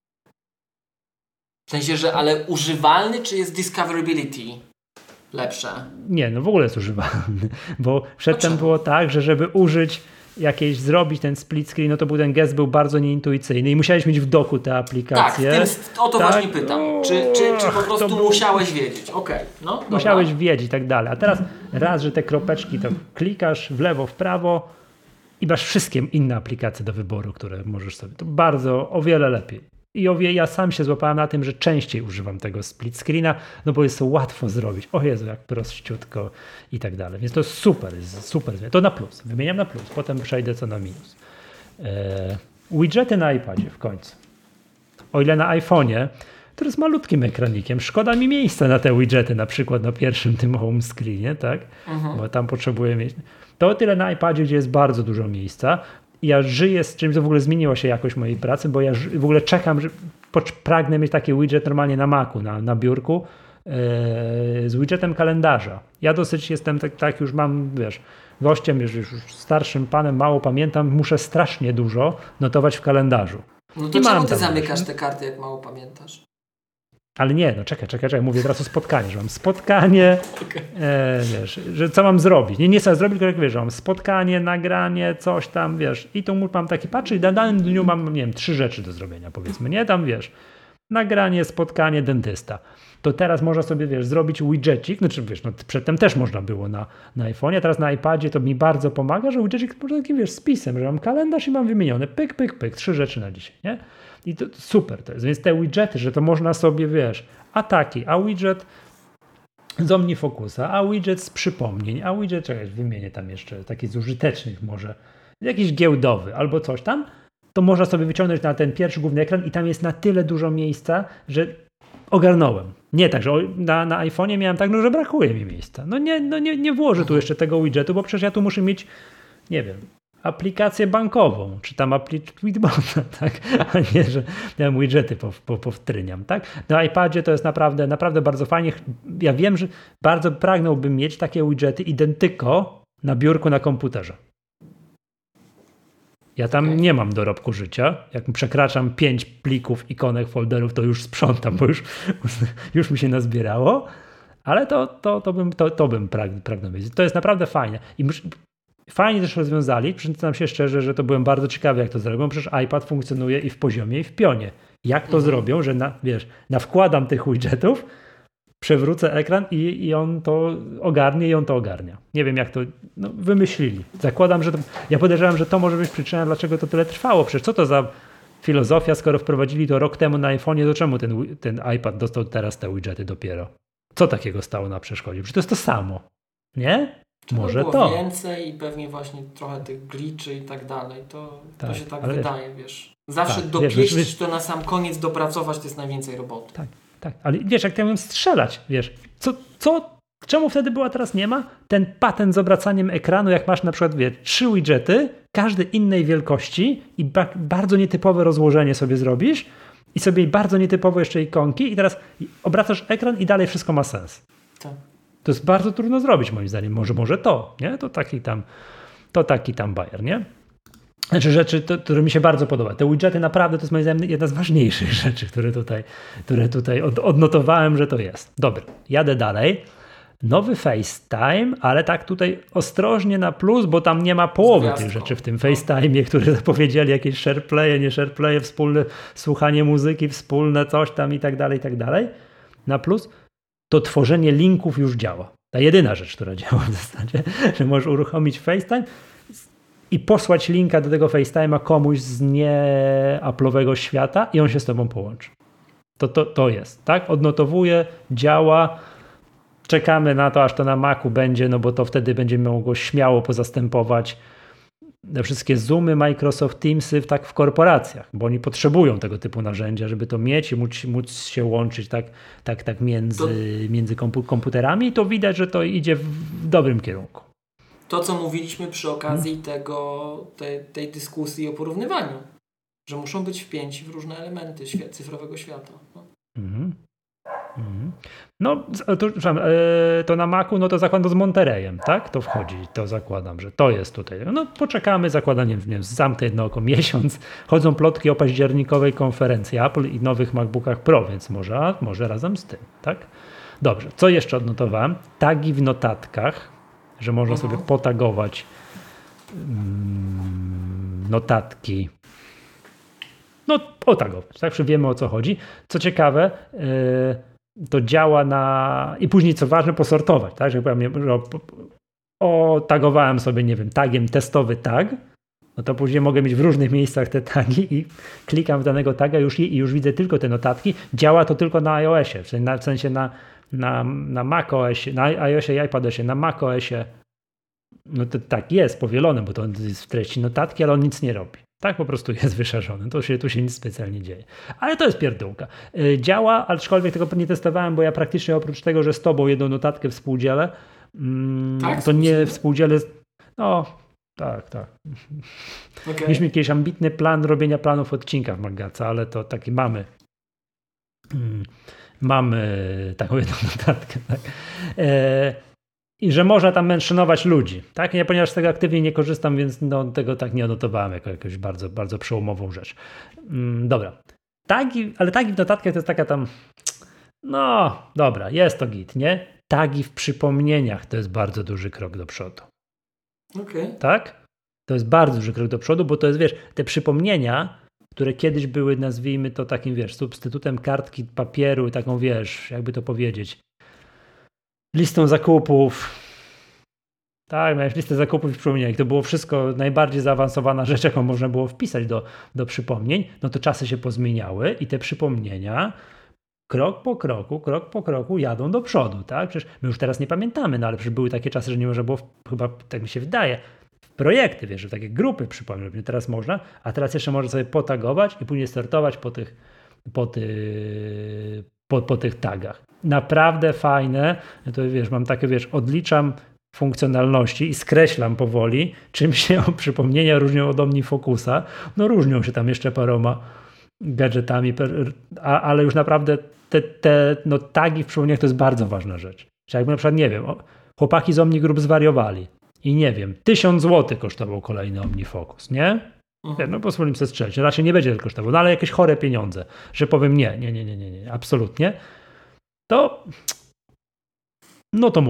W sensie, że ale używalny, czy jest discoverability lepsze? Nie, no w ogóle jest używalny, bo przedtem było tak, że żeby zrobić ten split screen, no to ten gest był bardzo nieintuicyjny i musiałeś mieć w doku te aplikacje. Tak, o to właśnie pytam. Czy po prostu musiałeś wiedzieć? Okej, no musiałeś wiedzieć i tak dalej. A teraz raz, że te kropeczki to klikasz w lewo, w prawo i masz wszystkie inne aplikacje do wyboru, które możesz sobie. To o wiele lepiej. I ja sam się złapałem na tym, że częściej używam tego split screena, no bo jest to łatwo zrobić. O Jezu, jak prościutko i tak dalej. Więc to jest super. To na plus. Wymieniam na plus. Potem przejdę co na minus. Widgety na iPadzie w końcu. O ile na iPhone'ie, który jest malutkim ekranikiem, szkoda mi miejsca na te widgety, na przykład na pierwszym tym home screenie, tak? Bo tam potrzebuję mieć. To o tyle na iPadzie, gdzie jest bardzo dużo miejsca. Ja żyję z czymś, to w ogóle zmieniła się jakość mojej pracy, bo ja w ogóle czekam, że pragnę mieć taki widget normalnie na Macu, na biurku z widgetem kalendarza. Ja dosyć jestem, tak już mam, gościem, już starszym panem, mało pamiętam, muszę strasznie dużo notować w kalendarzu. No to czemu ty zamykasz te karty, jak mało pamiętasz? Ale nie, no czekaj, mówię teraz o spotkaniu, że mam spotkanie, że co mam zrobić. Nie co zrobić, tylko że mam spotkanie, nagranie, coś tam, i tu mam taki patrzeć, i na danym dniu mam, 3 rzeczy do zrobienia, powiedzmy, nie, tam, nagranie, spotkanie, dentysta. To teraz można sobie, zrobić widgetik, przedtem też można było na iPhone'ie, teraz na iPadzie to mi bardzo pomaga, że widgetik może takim, spisem, że mam kalendarz i mam wymienione, pyk, 3 rzeczy na dzisiaj, nie? I to super to jest, więc te widgety, że to można sobie, a widget z OmniFocusa, a widget z przypomnień, a widget, wymienię tam jeszcze taki z użytecznych może, jakiś giełdowy albo coś tam, to można sobie wyciągnąć na ten pierwszy główny ekran i tam jest na tyle dużo miejsca, że ogarnąłem. Nie tak, że na iPhone'ie miałem tak, że brakuje mi miejsca. Nie włożę tu jeszcze tego widgetu, bo przecież ja tu muszę mieć, aplikację bankową, czy tam Tweetbota, tak? A nie, że ja widgety powtryniam, tak? Na iPadzie to jest naprawdę bardzo fajnie. Ja wiem, że bardzo pragnąłbym mieć takie widgety identyko na biurku na komputerze. Ja tam nie mam dorobku życia. Jak przekraczam 5 plików, ikonek, folderów, to już sprzątam, bo już mi się nazbierało, ale to bym pragnął mieć. To jest naprawdę fajne. I fajnie też rozwiązali, przyznam się szczerze, że to byłem bardzo ciekawy, jak to zrobią. Przecież iPad funkcjonuje i w poziomie, i w pionie. Jak to zrobią, że wkładam tych widgetów, przewrócę ekran i on to ogarnie i on to ogarnia. Nie wiem, jak to wymyślili. Zakładam, że ja podejrzewam, że to może być przyczyna, dlaczego to tyle trwało. Przecież co to za filozofia, skoro wprowadzili to rok temu na iPhone'ie, to czemu ten iPad dostał teraz te widgety dopiero? Co takiego stało na przeszkodzie? Przecież to jest to samo. Nie? Może było to. więcej i pewnie właśnie trochę tych glitchy i tak dalej. To się tak wydaje, Zawsze dopieścić to na sam koniec, dopracować, to jest najwięcej roboty. Tak, ale jak ja bym strzelać, czemu wtedy była, teraz nie ma? Ten patent z obracaniem ekranu, jak masz na przykład, 3 widgety, każdy innej wielkości i bardzo nietypowe rozłożenie sobie zrobisz i sobie bardzo nietypowe jeszcze ikonki i teraz obracasz ekran i dalej wszystko ma sens. Tak. To jest bardzo trudno zrobić, moim zdaniem. Może to, nie? To taki tam bajer, nie? Znaczy rzeczy, które mi się bardzo podoba. Te widgety naprawdę to jest moim zdaniem jedna z ważniejszych rzeczy, które tutaj odnotowałem, że to jest. Dobra, jadę dalej. Nowy FaceTime, ale tak tutaj ostrożnie na plus, bo tam nie ma połowy tych rzeczy w tym FaceTime'ie, które zapowiedzieli, jakieś SharePlay'e, nie SharePlay'e, wspólne słuchanie muzyki, wspólne coś tam i tak dalej. Na plus to tworzenie linków już działa. Ta jedyna rzecz, która działa w zasadzie, że możesz uruchomić FaceTime i posłać linka do tego FaceTime'a komuś z nie-Apple'owego świata i on się z tobą połączy. To jest, tak? Odnotowuje, działa. Czekamy na to, aż to na Macu będzie, bo to wtedy będziemy mogło śmiało pozastępować te wszystkie Zoomy, Microsoft Teamsy w korporacjach, bo oni potrzebują tego typu narzędzia, żeby to mieć i móc się łączyć tak między komputerami i to widać, że to idzie w dobrym kierunku. To, co mówiliśmy przy okazji tej dyskusji o porównywaniu. że muszą być wpięci w różne elementy cyfrowego świata. No. No, to na Macu, no to zakładam z Montereyem, tak? To wchodzi, to zakładam, że to jest tutaj. No poczekamy, zakładam, nie wiem, zamknę jedno oko miesiąc. Chodzą plotki o październikowej konferencji Apple i nowych MacBookach Pro, więc może razem z tym, tak? Dobrze, co jeszcze odnotowałem? Tagi w notatkach, że można sobie potagować notatki. No, otagować, tak? Wiemy, o co chodzi. Co ciekawe, to działa i później, co ważne, posortować, tak? Że powiem, że otagowałem sobie, nie wiem, tagiem testowy tag, no to później mogę mieć w różnych miejscach te tagi i klikam w danego taga i już widzę tylko te notatki. Działa to tylko na iOSie, w sensie na macOSie, na iOSie i iPadOSie, na macOSie. No to tak jest powielone, bo to jest w treści notatki, ale on nic nie robi. Tak po prostu jest wyszerzony. Tu się nic specjalnie dzieje. Ale to jest pierdółka. Działa, aczkolwiek tego nie testowałem, bo ja praktycznie oprócz tego, że z tobą jedną notatkę współdzielę, to nie współdzielę. No, tak. Okay. Mieliśmy jakiś ambitny plan robienia planów odcinka w Magaca, ale to taki mamy taką jedną notatkę. Tak? I że można tam menszonować ludzi. Tak? Ja, ponieważ z tego aktywnie nie korzystam, więc tego tak nie odnotowałem jako jakąś bardzo, bardzo przełomową rzecz. Dobra. Ale tagi w notatkach to jest taka tam, no dobra, jest to git, nie? Tagi w przypomnieniach to jest bardzo duży krok do przodu. Okay. Tak? To jest bardzo duży krok do przodu, bo to jest, wiesz, te przypomnienia, które kiedyś były, nazwijmy to takim, wiesz, substytutem kartki papieru, taką, wiesz, jakby to powiedzieć, listą zakupów. Tak, miałeś listę zakupów i przypomnień. To było wszystko najbardziej zaawansowana rzecz, jaką można było wpisać do przypomnień. No to czasy się pozmieniały i te przypomnienia krok po kroku jadą do przodu. Tak? Przecież my już teraz nie pamiętamy, no ale przecież były takie czasy, że nie można było, chyba tak mi się wydaje, w projekty, wiesz, że takie grupy przypomnień. Teraz można, a teraz jeszcze można sobie potagować i później startować po tych tagach. Naprawdę fajne. To wiesz, mam takie, wiesz, odliczam funkcjonalności i skreślam powoli, czym się przypomnienia różnią od OmniFocusa. No różnią się tam jeszcze paroma gadżetami, ale już naprawdę te tagi w przypomnieniach to jest bardzo ważna rzecz. Czyli jakby na przykład, nie wiem, chłopaki z OmniGroup zwariowali i nie wiem, 1000 zł kosztował kolejny OmniFocus, nie? No pozwolę sobie strzelić. Raczej nie będzie tego kosztował, no ale jakieś chore pieniądze, że powiem nie, absolutnie. To no to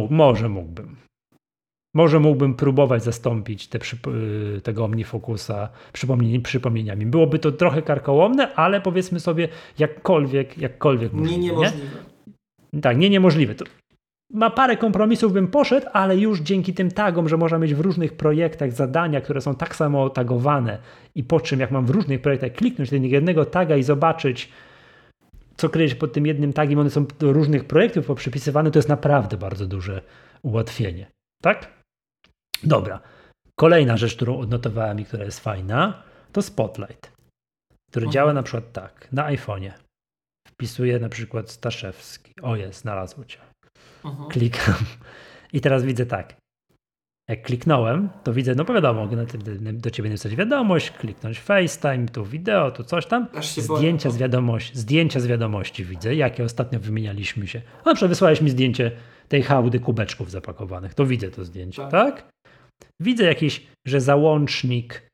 może mógłbym próbować zastąpić tego OmniFocusa przypomnieniami. Byłoby to trochę karkołomne, ale powiedzmy sobie jakkolwiek możliwe. Niemożliwe. Nie? Tak, niemożliwe. To ma parę kompromisów bym poszedł, ale już dzięki tym tagom, że można mieć w różnych projektach zadania, które są tak samo tagowane i po czym jak mam w różnych projektach kliknąć do jednego taga i zobaczyć, co kryje się pod tym jednym tagiem, one są do różnych projektów poprzypisywane, to jest naprawdę bardzo duże ułatwienie. Tak? Dobra. Kolejna rzecz, którą odnotowałem i która jest fajna, to Spotlight, który działa na przykład tak, na iPhone'ie. Wpisuję na przykład Staszewski. O jest, znalazło cię. Klikam i teraz widzę tak. Jak kliknąłem, to widzę, no wiadomo, do ciebie napisać wiadomość, kliknąć FaceTime, tu wideo, tu coś tam. Zdjęcia z wiadomości widzę, jakie ostatnio wymienialiśmy się. No, na przykład wysłałeś mi zdjęcie tej hałdy kubeczków zapakowanych, to widzę to zdjęcie, tak? Widzę jakiś, że załącznik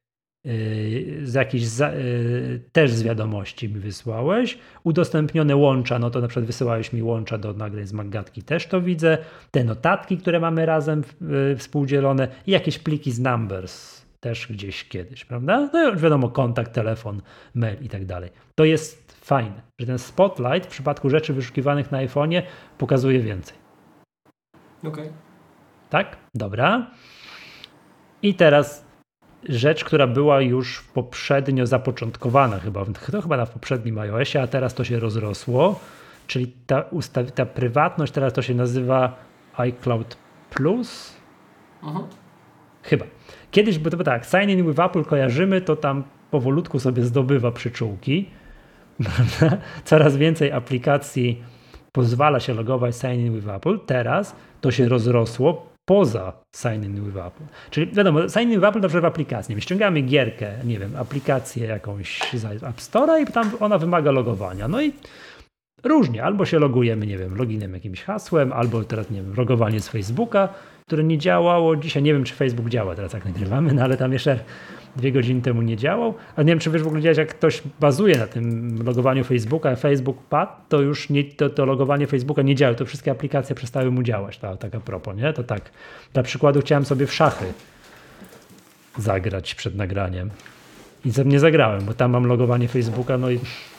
też z wiadomości mi wysłałeś. Udostępnione łącza, no to na przykład wysyłałeś mi łącza do nagrań z Maggatki, też to widzę. Te notatki, które mamy razem współdzielone i jakieś pliki z Numbers też gdzieś kiedyś, prawda? No już wiadomo, kontakt, telefon, mail i tak dalej. To jest fajne, że ten Spotlight w przypadku rzeczy wyszukiwanych na iPhone'ie pokazuje więcej. Okej. Tak? Dobra. I teraz rzecz, która była już poprzednio zapoczątkowana, chyba na poprzednim iOSie, a teraz to się rozrosło, czyli ta prywatność, teraz to się nazywa iCloud Plus. Chyba. Kiedyś, bo to tak, Sign in with Apple kojarzymy, to tam powolutku sobie zdobywa przyczółki. Coraz więcej aplikacji pozwala się logować Sign in with Apple. Teraz to się rozrosło. poza Sign in with Apple. Czyli wiadomo, Sign in with Apple to w aplikacji. My ściągamy gierkę, nie wiem, aplikację jakąś z App Store'a i tam ona wymaga logowania. No i różnie, albo się logujemy, nie wiem, loginem, jakimś hasłem, albo teraz, nie wiem, logowanie z Facebooka, które nie działało. Dzisiaj nie wiem, czy Facebook działa teraz, jak nagrywamy, no ale tam jeszcze 2 godziny temu nie działał. A nie wiem, czy wiesz w ogóle, jak ktoś bazuje na tym logowaniu Facebooka, Facebook padł, to już nie, to logowanie Facebooka nie działa, to wszystkie aplikacje przestały mu działać. Tak a propos, nie? To tak, dla przykładu chciałem sobie w szachy zagrać przed nagraniem i nie zagrałem, bo tam mam logowanie Facebooka, no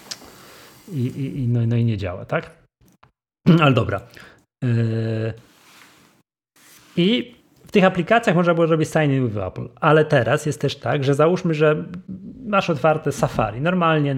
i nie działa, tak? Ale dobra. I w tych aplikacjach można było robić sign in with Apple, ale teraz jest też tak, że załóżmy, że masz otwarte Safari. Normalnie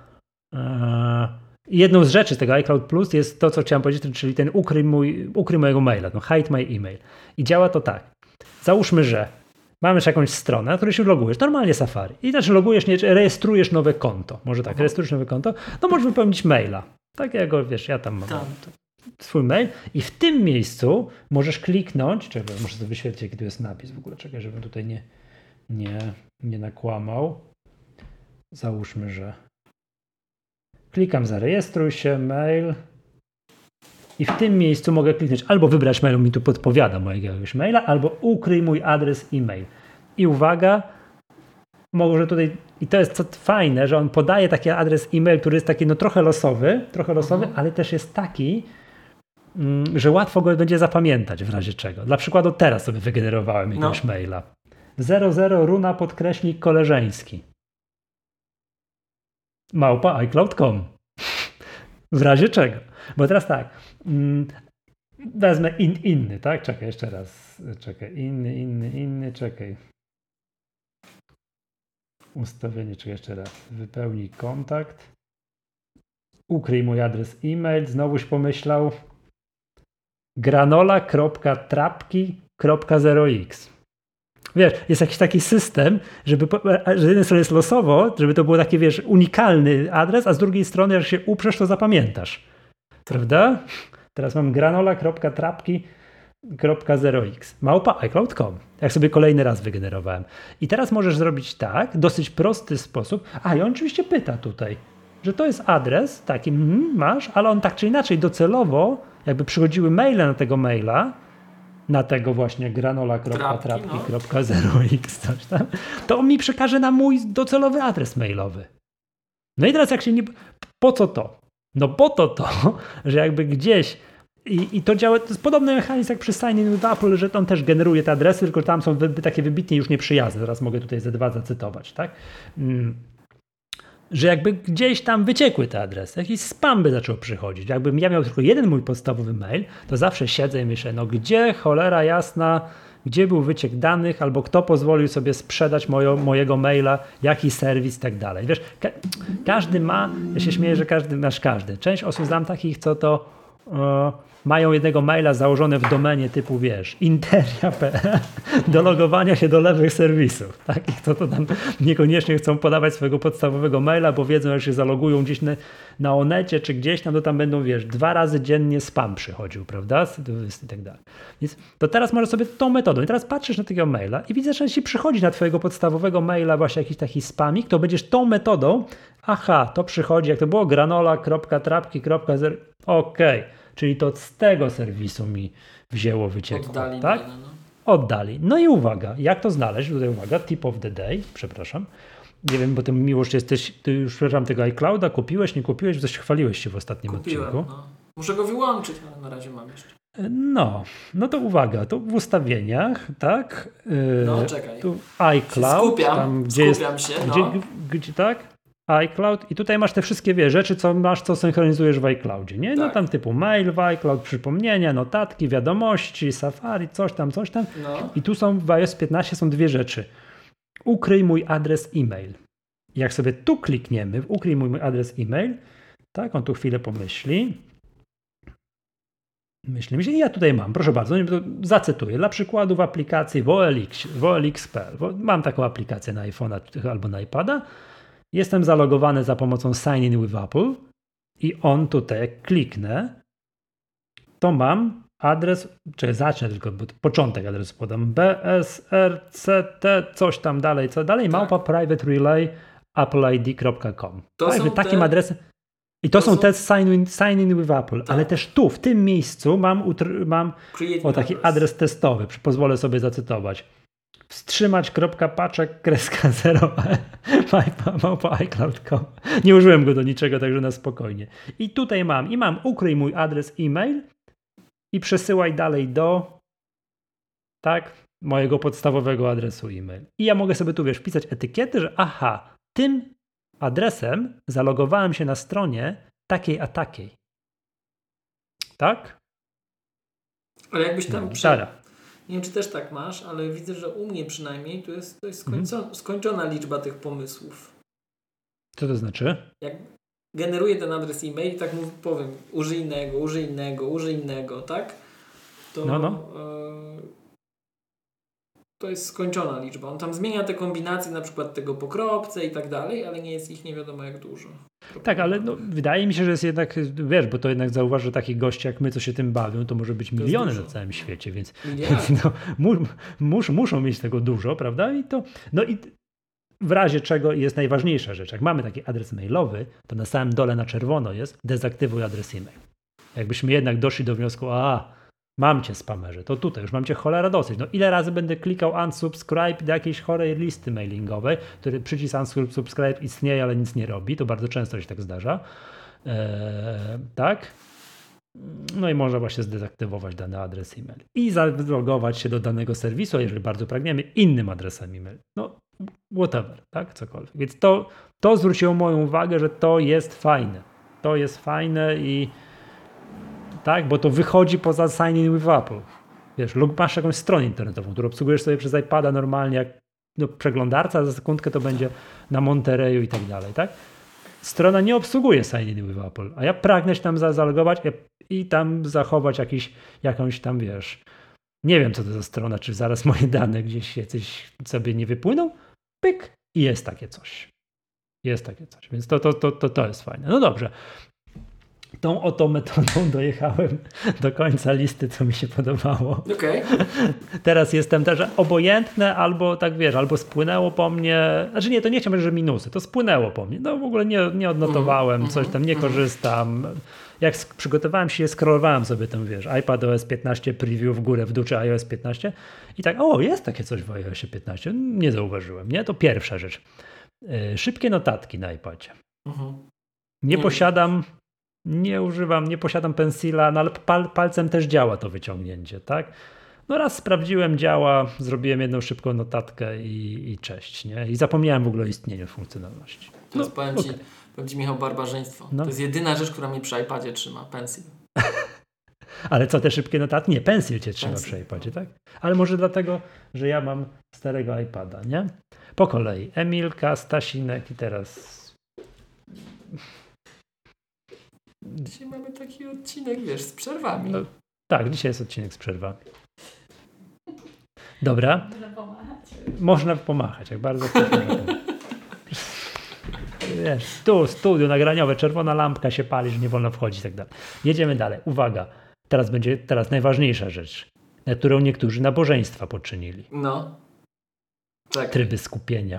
jedną z rzeczy z tego iCloud Plus jest to, co chciałem powiedzieć, czyli ten ukryj mojego maila, no hide my email. I działa to tak. Załóżmy, że mamy jakąś stronę, na której się logujesz, normalnie Safari. I znaczy rejestrujesz nowe konto. Może tak, rejestrujesz nowe konto, no możesz wypełnić maila. Takiego, wiesz, ja tam mam swój mail i w tym miejscu możesz kliknąć, czekaj, muszę sobie wyświetlić, jaki tu jest napis w ogóle, czekaj, żebym tutaj nie nakłamał. Załóżmy, że klikam zarejestruj się, mail i w tym miejscu mogę kliknąć albo wybrać mail, mi tu podpowiada mojego jakiegoś maila, albo ukryj mój adres e-mail. I uwaga, może tutaj, i to jest co fajne, że on podaje taki adres e-mail, który jest taki trochę losowy, ale też jest taki, że łatwo go będzie zapamiętać w razie czego. Dla przykładu teraz sobie wygenerowałem jakiegoś maila. 00 runa_koleżeński @iCloud.com w razie czego. Bo teraz tak, wezmę inny, tak? Czekaj, jeszcze raz. Czekaj, inny, czekaj. Ustawienie, czy jeszcze raz. Wypełnij kontakt. Ukryj mój adres e-mail. Znowuś pomyślał. granola.trapki.0x. Wiesz, jest jakiś taki system, że z jednej strony jest losowo, żeby to było taki, wiesz, unikalny adres, a z drugiej strony, jak się uprzesz, to zapamiętasz. Prawda? Teraz mam granola.trapki.0x @iCloud.com. Jak sobie kolejny raz wygenerowałem. I teraz możesz zrobić tak, dosyć prosty sposób. I on oczywiście pyta tutaj, że to jest adres, taki masz, ale on tak czy inaczej docelowo, jakby przychodziły maile na tego maila, na tego właśnie granola.trapki.0x coś tam, to on mi przekaże na mój docelowy adres mailowy. No i teraz jak się nie... Po co to? No po to, że jakby gdzieś i to działa, to jest podobny mechanizm jak przy Sign in with Apple, że on też generuje te adresy, tylko tam są takie wybitnie już nieprzyjazne. Teraz mogę tutaj ze 2 zacytować, tak? Że jakby gdzieś tam wyciekły te adresy, jakiś spam by zaczął przychodzić. Jakbym ja miał tylko jeden mój podstawowy mail, to zawsze siedzę i myślę, no gdzie cholera jasna, gdzie był wyciek danych, albo kto pozwolił sobie sprzedać mojego maila, jaki serwis i tak dalej. Wiesz, każdy ma, ja się śmieję, że każdy. Część osób znam takich, co to mają jednego maila założone w domenie typu, wiesz, interia.pl do logowania się do lewych serwisów. Tak? I to tam niekoniecznie chcą podawać swojego podstawowego maila, bo wiedzą, że się zalogują gdzieś na Onecie czy gdzieś tam, to tam będą, wiesz, 2 razy dziennie spam przychodził, prawda? I tak dalej. Więc to teraz możesz sobie tą metodą. I teraz patrzysz na tego maila i widzisz, że ci przychodzi na twojego podstawowego maila właśnie jakiś taki spamik, to będziesz tą metodą, to przychodzi, jak to było, granola.trapki.0, okej. Czyli to z tego serwisu mi wzięło, wyciekło. Oddali. Tak? Oddali. No i uwaga, jak to znaleźć? Tutaj uwaga, tip of the day, przepraszam. Nie wiem, bo ty Miłosz jesteś, ty już przepraszam tego iClouda, kupiłeś, nie kupiłeś, coś chwaliłeś się w ostatnim odcinku. No. Muszę go wyłączyć, ale na razie mam jeszcze. No to uwaga, to w ustawieniach, tak? Czekaj. Tu iCloud. Skupiam się. Gdzie tak? iCloud i tutaj masz te wszystkie rzeczy, co synchronizujesz w iCloudzie, nie? No tam typu mail w iCloud, przypomnienia, notatki, wiadomości, Safari, coś tam. No. I tu są w iOS 15 są 2 rzeczy. Ukryj mój adres e-mail. Jak sobie tu klikniemy w ukryj mój adres e-mail, tak, on tu chwilę pomyśli. Myśli mi się, i ja tutaj mam, proszę bardzo, zacytuję, dla przykładu w aplikacji w OLX.pl. Mam taką aplikację na iPhone'a albo na iPada. Jestem zalogowany za pomocą Sign in with Apple i on tutaj, jak kliknę, to mam adres, czy zacznę tylko, bo początek adresu podam, bsrct, coś tam dalej, co dalej, małpa private relay appleid.com. Tak, takim adresem. I to są te sign in with Apple, tak. Ale też tu, w tym miejscu mam taki adres testowy, pozwolę sobie zacytować. wstrzymać.paczek-0 Nie użyłem go do niczego, także na spokojnie. I tutaj mam ukryj mój adres e-mail i przesyłaj dalej do mojego podstawowego adresu e-mail. I ja mogę sobie tu wpisać etykiety, że tym adresem zalogowałem się na stronie takiej a takiej. Tak? Ale jakbyś tam nie wiem, czy też tak masz, ale widzę, że u mnie przynajmniej to jest skończona liczba tych pomysłów. Co to znaczy? Jak generuję ten adres e-mail i tak powiem, użyj innego, tak? To to jest skończona liczba. On tam zmienia te kombinacje, na przykład tego po kropce i tak dalej, ale nie jest ich nie wiadomo jak dużo. Tak, ale wydaje mi się, że jest jednak, bo to jednak zauważ, że takich gości jak my, co się tym bawią, to może być miliony na całym świecie, więc muszą mieć tego dużo, prawda? I w razie czego jest najważniejsza rzecz. Jak mamy taki adres mailowy, to na samym dole na czerwono jest dezaktywuj adres e-mail. Jakbyśmy jednak doszli do wniosku, mam cię spamerze, to tutaj już mam cię cholera dosyć. Ile razy będę klikał unsubscribe do jakiejś chorej listy mailingowej, który przycisk unsubscribe istnieje, ale nic nie robi. To bardzo często się tak zdarza. Tak? No i można właśnie zdezaktywować dany adres e-mail. I zalogować się do danego serwisu, a jeżeli bardzo pragniemy, innym adresem e-mail. Whatever, tak? Cokolwiek. Więc to zwróciło moją uwagę, że to jest fajne. To jest fajne i tak, bo to wychodzi poza sign in with Apple. Wiesz, masz jakąś stronę internetową, którą obsługujesz sobie przez iPada normalnie, jak przeglądarca, za sekundkę to będzie na Monterey i tak dalej, tak? Strona nie obsługuje sign in with Apple, a ja pragnę się tam zalogować i tam zachować jakąś tam, wiesz, nie wiem co to za strona, czy zaraz moje dane gdzieś jacyś sobie nie wypłyną, pyk i jest takie coś. Więc to jest fajne. No dobrze. Tą oto metodą dojechałem do końca listy, co mi się podobało. Okay. Teraz jestem też obojętne, albo tak wiesz, albo spłynęło po mnie, znaczy nie, to nie chciałbym, że minusy, to spłynęło po mnie. W ogóle nie odnotowałem, coś tam nie korzystam. Jak przygotowałem się, scrollowałem sobie tam, wiesz, iPadOS 15 preview w górę, w dół, czy iOS 15 i tak, jest takie coś w iOSie 15. Nie zauważyłem, nie? To pierwsza rzecz. Szybkie notatki na iPadzie. Nie posiadam... Nie posiadam pensila, ale palcem też działa to wyciągnięcie, tak? Raz sprawdziłem, działa, zrobiłem jedną szybką notatkę i cześć, nie? I zapomniałem w ogóle o istnieniu funkcjonalności. Teraz powiem ci, Michał, barbarzyństwo. To jest jedyna rzecz, która mnie przy iPadzie trzyma, pensil. Ale co, te szybkie notatki? Nie, pensil cię trzyma przy iPadzie, tak? Ale może dlatego, że ja mam starego iPada, nie? Po kolei. Emilka, Stasinek i teraz... Dzisiaj mamy taki odcinek, wiesz, z przerwami. Tak, dzisiaj jest odcinek z przerwami. Dobra. Można pomachać, jak bardzo proszę. Wiesz, tu studio nagraniowe, czerwona lampka się pali, że nie wolno wchodzić i tak dalej. Jedziemy dalej. Uwaga. Teraz najważniejsza rzecz, na którą niektórzy nabożeństwa poczynili. Tak. Tryby skupienia.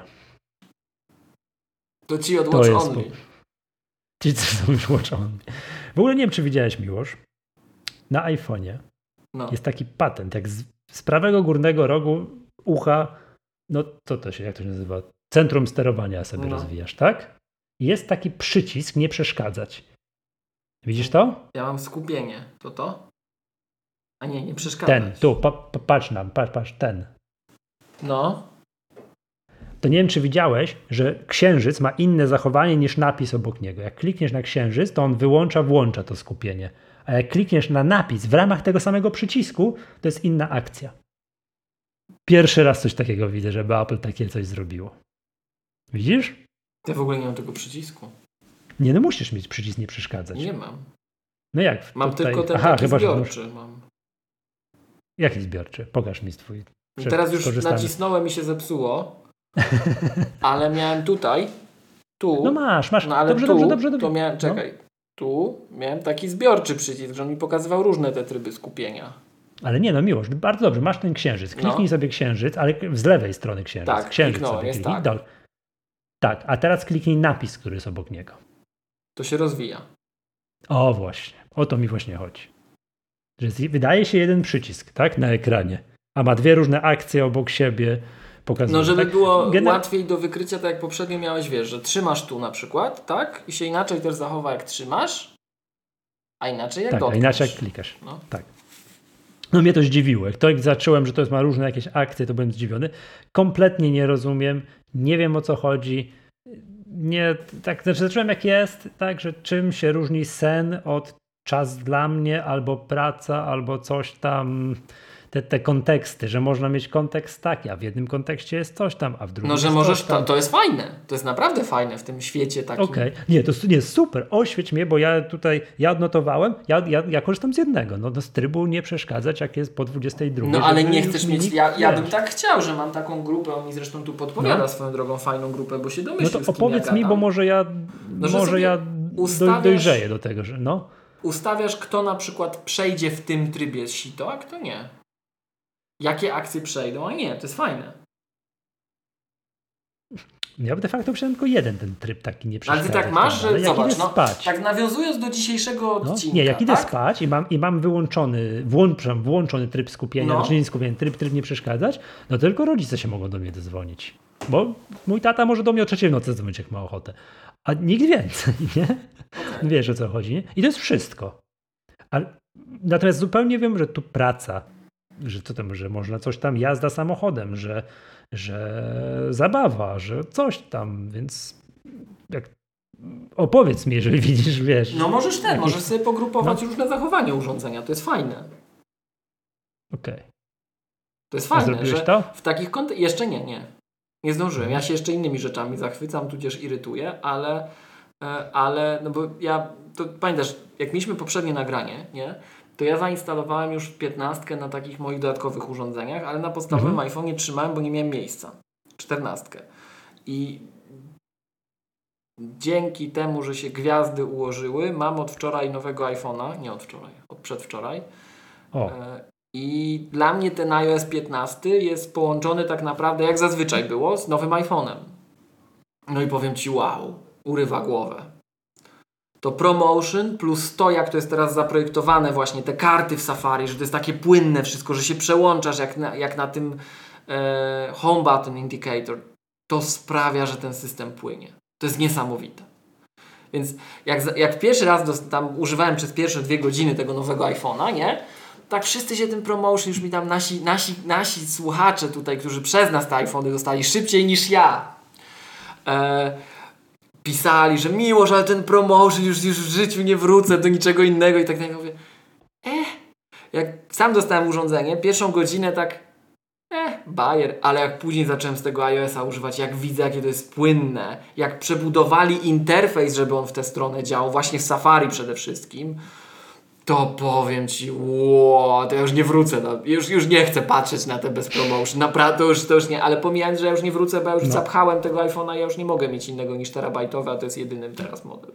To ci od Watch Only. Ci, co są już Watch Only. W ogóle nie wiem, czy widziałeś, Miłosz, na iPhone'ie jest taki patent, jak z prawego górnego rogu ucha, jak to się nazywa? Centrum sterowania sobie rozwijasz, tak? Jest taki przycisk nie przeszkadzać. Widzisz to? Ja mam skupienie. To? A nie przeszkadzać. Ten, tu, patrz, ten. To nie wiem, czy widziałeś, że księżyc ma inne zachowanie niż napis obok niego. Jak klikniesz na księżyc, to on włącza to skupienie. A jak klikniesz na napis w ramach tego samego przycisku, to jest inna akcja. Pierwszy raz coś takiego widzę, żeby Apple takie coś zrobiło. Widzisz? Ja w ogóle nie mam tego przycisku. Nie, musisz mieć przycisk nie przeszkadzać. Nie mam. Jak? Mam tutaj... tylko ten taki zbiorczy. Mam. Jaki zbiorczy? Pokaż mi swój. Teraz już nacisnąłem i się zepsuło. Ale miałem tu. Masz. Ale dobrze. To miałem, czekaj. Tu miałem taki zbiorczy przycisk, że on mi pokazywał różne te tryby skupienia. Ale nie, no Miłosz, bardzo dobrze, masz ten księżyc. Kliknij sobie księżyc, ale z lewej strony księżyc. Tak, księżyc kliknąłem, sobie jest kliknij. tak. Tak, a teraz kliknij napis, który jest obok niego. To się rozwija. O właśnie, o to mi właśnie chodzi. Że wydaje się jeden przycisk, tak, na ekranie, a ma dwie różne akcje obok siebie. Pokazują, No żeby tak? było łatwiej do wykrycia, tak jak poprzednio miałeś, wiesz, że trzymasz tu na przykład, tak? I się inaczej też zachowa jak trzymasz, a inaczej jak dotkniesz. A inaczej jak klikasz. No. Tak. No mnie to zdziwiło. Jak to zacząłem, że to ma różne jakieś akcje, to byłem zdziwiony. Kompletnie nie rozumiem, nie wiem o co chodzi. Nie, tak, znaczy zacząłem jak jest, tak, że czym się różni sen od czas dla mnie, albo praca, albo coś tam, te konteksty, że można mieć kontekst taki, a w jednym kontekście jest coś tam, a w drugim no, że jest możesz, coś tam. to jest fajne, to jest naprawdę fajne w tym świecie takim. Okej. Nie, to jest super, oświeć mnie, bo ja odnotowałem, ja korzystam z jednego, no z trybu nie przeszkadzać, jak jest po 22. No ale nie chcesz już mieć, nikt, ja bym tak chciał, że mam taką grupę, on mi zresztą tu podpowiada swoją drogą fajną grupę, bo się domyślił, no to z kim opowiedz ja mi, bo gadam. może ja dojrzeję do tego, że no. Ustawiasz, kto na przykład przejdzie w tym trybie sito, a kto nie. Jakie akcje przejdą, a nie, to jest fajne. Ja de facto przynajmniej tylko jeden ten tryb taki nie przeszkadza. Ale ty tak masz, że zobacz, spać, tak nawiązując do dzisiejszego odcinka. Nie, jak idę tak? spać i mam włączony tryb skupienia, znaczy nie skupienia, tryb nie przeszkadzać, no tylko rodzice się mogą do mnie dodzwonić. Bo mój tata może do mnie o 3:00 w nocy dzwonić, jak ma ochotę. A nikt więcej, nie? Okay. Wiesz o co chodzi, nie? I to jest wszystko. Natomiast zupełnie wiem, że tu praca, że co tam, że można coś tam, jazda samochodem, że zabawa, że coś tam, więc opowiedz mi, jeżeli widzisz, wiesz. No możesz możesz sobie pogrupować różne zachowania urządzenia, to jest fajne. Okej. To jest fajne, że to? w takich jeszcze nie zdążyłem. Ja się jeszcze innymi rzeczami zachwycam, tudzież irytuję, ale no bo to pamiętasz, jak mieliśmy poprzednie nagranie, nie? To ja zainstalowałem już 15 na takich moich dodatkowych urządzeniach, ale na podstawowym iPhone'ie trzymałem, bo nie miałem miejsca. 14. I dzięki temu, że się gwiazdy ułożyły, mam od wczoraj nowego iPhone'a, nie od wczoraj, od przedwczoraj. I dla mnie ten iOS 15 jest połączony tak naprawdę, jak zazwyczaj było, z nowym iPhone'em. No i powiem Ci, wow, urywa głowę. To ProMotion plus to, jak to jest teraz zaprojektowane, właśnie te karty w Safari, że to jest takie płynne wszystko, że się przełączasz jak na tym Home Button Indicator, to sprawia, że ten system płynie. To jest niesamowite. Więc jak pierwszy raz tam używałem przez pierwsze 2 godziny tego nowego iPhone'a, nie? Tak wszyscy się tym ProMotion, już mi tam nasi słuchacze tutaj, którzy przez nas te iPhone'y dostali szybciej niż ja, pisali, że Miłosz, ale ten ProMotion już w życiu nie wrócę do niczego innego i tak dalej. Mówię, jak sam dostałem urządzenie, pierwszą godzinę tak bajer, ale jak później zacząłem z tego iOS-a używać, jak widzę, jakie to jest płynne, jak przebudowali interfejs, żeby on w tę stronę działał, właśnie w Safari przede wszystkim, to powiem Ci, to ja już nie wrócę, już nie chcę patrzeć na te bez ProMotion, naprawdę to już nie, ale pomijając, że ja już nie wrócę, bo ja już zapchałem tego iPhone'a, ja już nie mogę mieć innego niż terabajtowy, a to jest jedynym teraz model.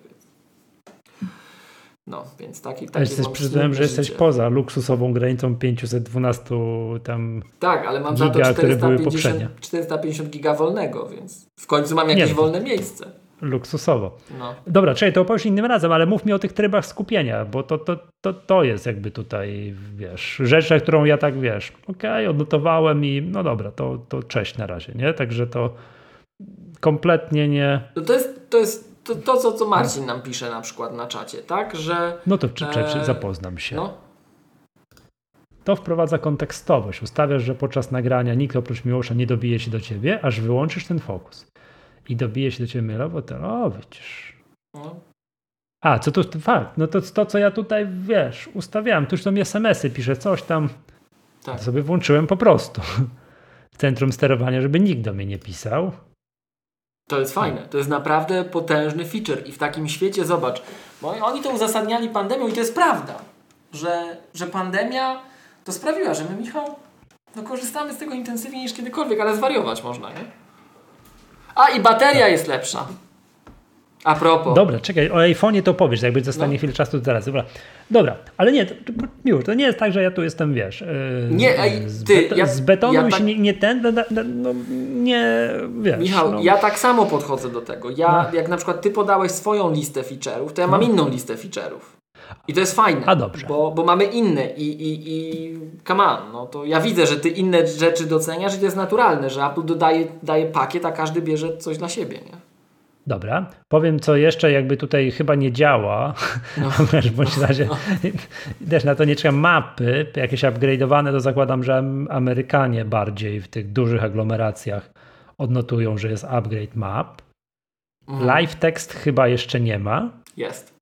No, więc taki przyznałem, że jesteś poza luksusową granicą 512 tam tak, ale mam giga, za to 450 giga wolnego, więc w końcu mam jakieś wolne miejsce. Luksusowo. No. Dobra, to opowiesz innym razem, ale mów mi o tych trybach skupienia, bo to jest jakby tutaj, wiesz, rzecz, na którą ja tak, wiesz, odnotowałem i no dobra, to cześć na razie, nie? Także to kompletnie nie... To jest to, co Marcin nam pisze na przykład na czacie, tak? Że... No to zapoznam się. No. To wprowadza kontekstowość. Ustawiasz, że podczas nagrania nikt oprócz Miłosza nie dobije się do ciebie, aż wyłączysz ten fokus. I dobije się do ciebie mailowo, to widzisz. No. A, co to fakt? No to co ja tutaj, wiesz, ustawiałem. Tu już to mi SMS-y pisze, coś tam. Tak. To sobie włączyłem po prostu. W centrum sterowania, żeby nikt do mnie nie pisał. To jest fajne. To jest naprawdę potężny feature. I w takim świecie, zobacz, bo oni to uzasadniali pandemią i to jest prawda, że pandemia to sprawiła, że my, Michał, korzystamy z tego intensywniej niż kiedykolwiek, ale zwariować można, nie? A i bateria jest lepsza. A propos. Dobra, czekaj, o iPhone'ie to powiesz, jakby zostanie chwilę czasu to zaraz. Dobra, ale nie, miło, to nie jest tak, że ja tu jestem, wiesz, z betonu się nie wiesz. Michał, ja tak samo podchodzę do tego. Jak na przykład ty podałeś swoją listę feature'ów, to ja mam inną listę feature'ów. I to jest fajne, a dobrze. Bo mamy inne i come on, no to ja widzę, że ty inne rzeczy doceniasz i to jest naturalne, że Apple daje pakiet, a każdy bierze coś dla siebie, nie? Dobra, powiem co jeszcze jakby tutaj chyba nie działa, bądź razie też na to nie czekam, mapy jakieś upgrade'owane, to zakładam, że Amerykanie bardziej w tych dużych aglomeracjach odnotują, że jest upgrade map. Live text chyba jeszcze nie ma. Jest?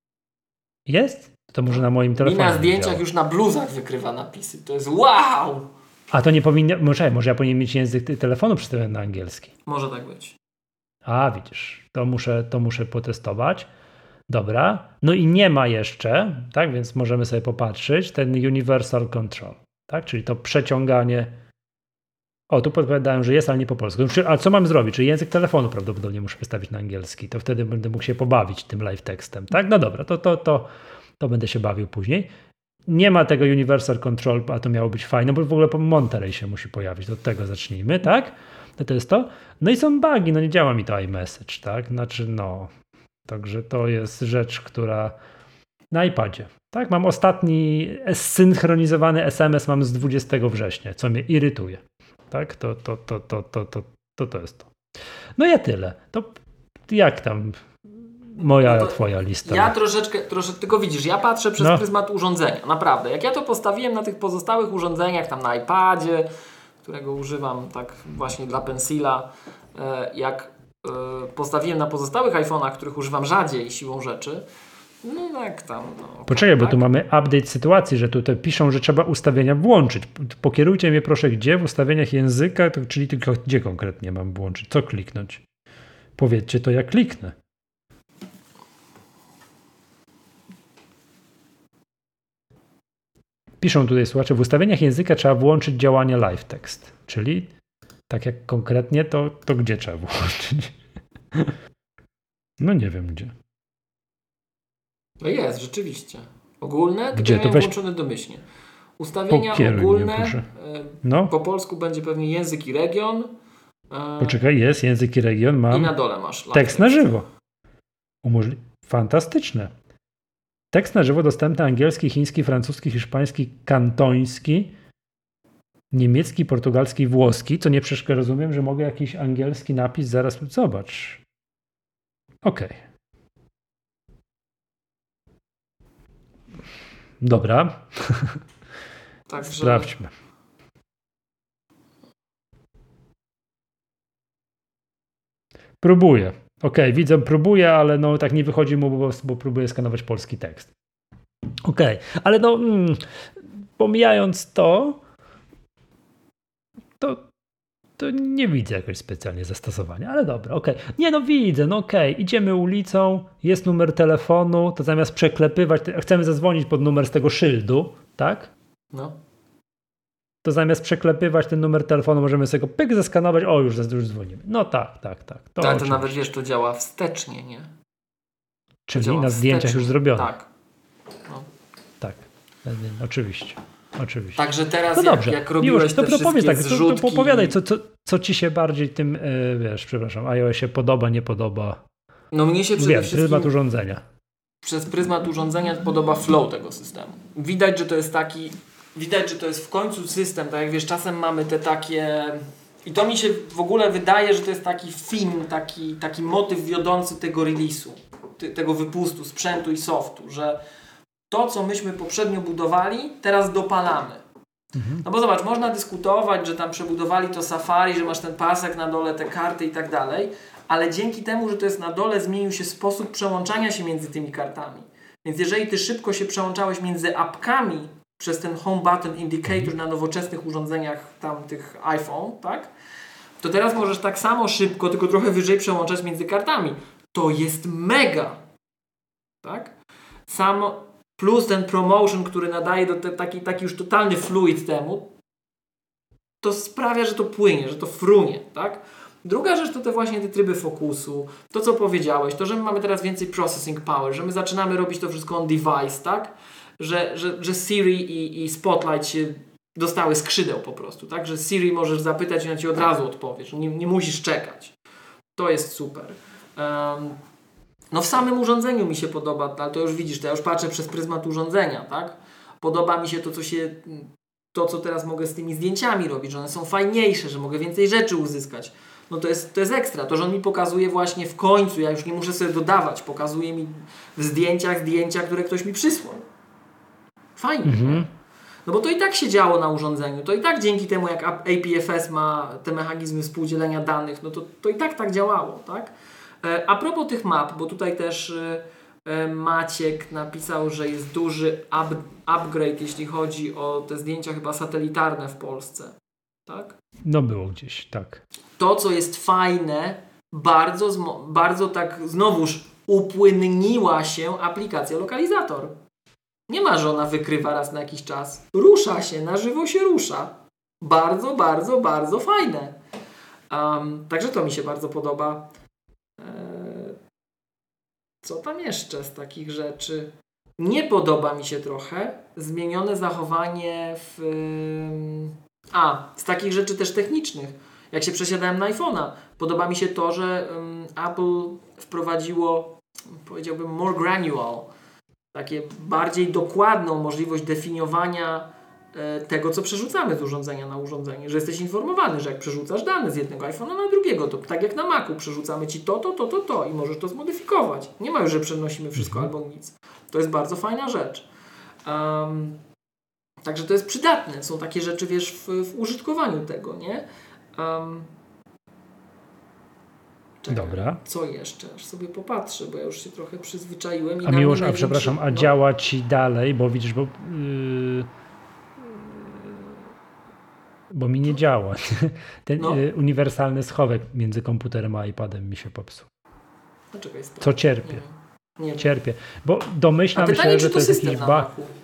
To może na moim telefonie. Mi na zdjęciach już na bluzach wykrywa napisy, to jest wow! A to nie powinno, może ja powinien mieć język telefonu przedstawiony na angielski. Może tak być. A widzisz, to muszę potestować. Dobra. No i nie ma jeszcze, tak, więc możemy sobie popatrzeć, ten Universal Control, tak, czyli to przeciąganie. O, tu podpowiadają, że jest, ale nie po polsku. A co mam zrobić? Czyli język telefonu prawdopodobnie muszę wystawić na angielski. To wtedy będę mógł się pobawić tym live tekstem, tak? No dobra, to będę się bawił później. Nie ma tego Universal Control, a to miało być fajne, bo w ogóle po Monterey się musi pojawić. Od tego zacznijmy, tak? To jest to. No i są bugi, no nie działa mi to iMessage, tak? Znaczy, także to jest rzecz, która na iPadzie, tak? Mam ostatni zsynchronizowany SMS mam z 20 września, co mnie irytuje, tak? To jest to. No ja tyle. To jak tam twoja lista? Ja troszeczkę, tylko widzisz, ja patrzę przez pryzmat urządzenia, naprawdę. Jak ja to postawiłem na tych pozostałych urządzeniach, tam na iPadzie, którego używam tak właśnie dla Pencila, jak postawiłem na pozostałych iPhone'ach, których używam rzadziej siłą rzeczy, no tak tam. Poczekaj, bo tu mamy update sytuacji, że tutaj piszą, że trzeba ustawienia włączyć. Pokierujcie mnie proszę gdzie w ustawieniach języka, czyli tylko gdzie konkretnie mam włączyć, co kliknąć. Powiedzcie to, jak kliknę. Piszą tutaj słuchacze, w ustawieniach języka trzeba włączyć działanie live text, czyli tak jak konkretnie, to gdzie trzeba włączyć? No nie wiem gdzie. No jest, rzeczywiście. Ogólne, gdzie? To włączone domyślnie. Ustawienia ogólne, po polsku będzie pewnie język i region. Poczekaj, jest język i region, mam. I na dole masz tekst na żywo. Fantastyczne. Tekst na żywo dostępny angielski, chiński, francuski, hiszpański, kantoński, niemiecki, portugalski, włoski, co nie rozumiem, że mogę jakiś angielski napis zaraz, zobacz. Okej. Dobra. Także... Sprawdźmy. Próbuję. Widzę, próbuję, ale tak nie wychodzi mu, bo próbuję skanować polski tekst. Ale pomijając to nie widzę jakoś specjalnie zastosowania, ale dobra, Nie, widzę, idziemy ulicą, jest numer telefonu, to zamiast przeklepywać, chcemy zadzwonić pod numer z tego szyldu, tak? No. To zamiast przeklepywać ten numer telefonu, możemy sobie go pyk zeskanować, już dzwonimy. No tak. To nawet wiesz, to działa wstecznie, nie? Czyli na zdjęciach już zrobione. Tak. Tak, oczywiście. Także teraz jak robiłeś te wszystkie zrzutki... To opowiadaj, co ci się bardziej tym, iOSie podoba, nie podoba. No mnie się przede wszystkim... Pryzmat urządzenia. Przez pryzmat urządzenia podoba flow tego systemu. Widać, że to jest w końcu system, tak jak wiesz, czasem mamy te takie... I to mi się w ogóle wydaje, że to jest taki film, taki motyw wiodący tego release'u, tego wypustu sprzętu i softu, że to, co myśmy poprzednio budowali, teraz dopalamy. No bo zobacz, można dyskutować, że tam przebudowali to Safari, że masz ten pasek na dole, te karty i tak dalej, ale dzięki temu, że to jest na dole, zmienił się sposób przełączania się między tymi kartami. Więc jeżeli ty szybko się przełączałeś między apkami przez ten Home Button Indicator na nowoczesnych urządzeniach tamtych iPhone, tak? To teraz możesz tak samo szybko, tylko trochę wyżej przełączać między kartami. To jest mega! Tak? Plus ten promotion, który nadaje do taki już totalny fluid temu, to sprawia, że to płynie, że to frunie, tak? Druga rzecz to właśnie te tryby fokusu, to co powiedziałeś, to, że my mamy teraz więcej processing power, że my zaczynamy robić to wszystko on device, tak? Że Siri i Spotlight się dostały skrzydeł po prostu, tak? Że Siri możesz zapytać i ona ci od razu odpowie, że nie musisz czekać. To jest super. No w samym urządzeniu mi się podoba, ale to już widzisz, to ja już patrzę przez pryzmat urządzenia, tak? Podoba mi się to, co teraz mogę z tymi zdjęciami robić, że one są fajniejsze, że mogę więcej rzeczy uzyskać. No to jest ekstra. To, że on mi pokazuje właśnie w końcu, ja już nie muszę sobie dodawać, pokazuje mi w zdjęcia, które ktoś mi przysłał. Fajnie. No bo to i tak się działo na urządzeniu. To i tak dzięki temu, jak APFS ma te mechanizmy współdzielenia danych, no to i tak działało, tak? A propos tych map, bo tutaj też Maciek napisał, że jest duży upgrade, jeśli chodzi o te zdjęcia chyba satelitarne w Polsce. Tak? No było gdzieś, tak. To, co jest fajne, bardzo tak znowuż upłynniła się aplikacja lokalizator. Nie ma, że ona wykrywa raz na jakiś czas. Rusza się, na żywo się rusza. Bardzo, bardzo, bardzo fajne. Także to mi się bardzo podoba. Co tam jeszcze z takich rzeczy? Nie podoba mi się trochę zmienione zachowanie z takich rzeczy też technicznych. Jak się przesiadałem na iPhone'a, podoba mi się to, że Apple wprowadziło, powiedziałbym, more granular, takie bardziej dokładną możliwość definiowania tego, co przerzucamy z urządzenia na urządzenie, że jesteś informowany, że jak przerzucasz dane z jednego iPhone'a na drugiego, to tak jak na Macu przerzucamy Ci to i możesz to zmodyfikować. Nie ma już, że przenosimy wszystko albo nic. To jest bardzo fajna rzecz. Także to jest przydatne. Są takie rzeczy, wiesz, w użytkowaniu tego, nie? Czekaj, dobra. Co jeszcze? Aż sobie popatrzę, bo ja już się trochę przyzwyczaiłem. A Miłosz, przepraszam, działa Ci dalej, bo widzisz, bo mi nie działa. Ten uniwersalny schowek między komputerem a iPadem mi się popsuł. Czekaj, co cierpię. Nie cierpię. Bo domyślam się, pytanie, że to jest jakiś bug.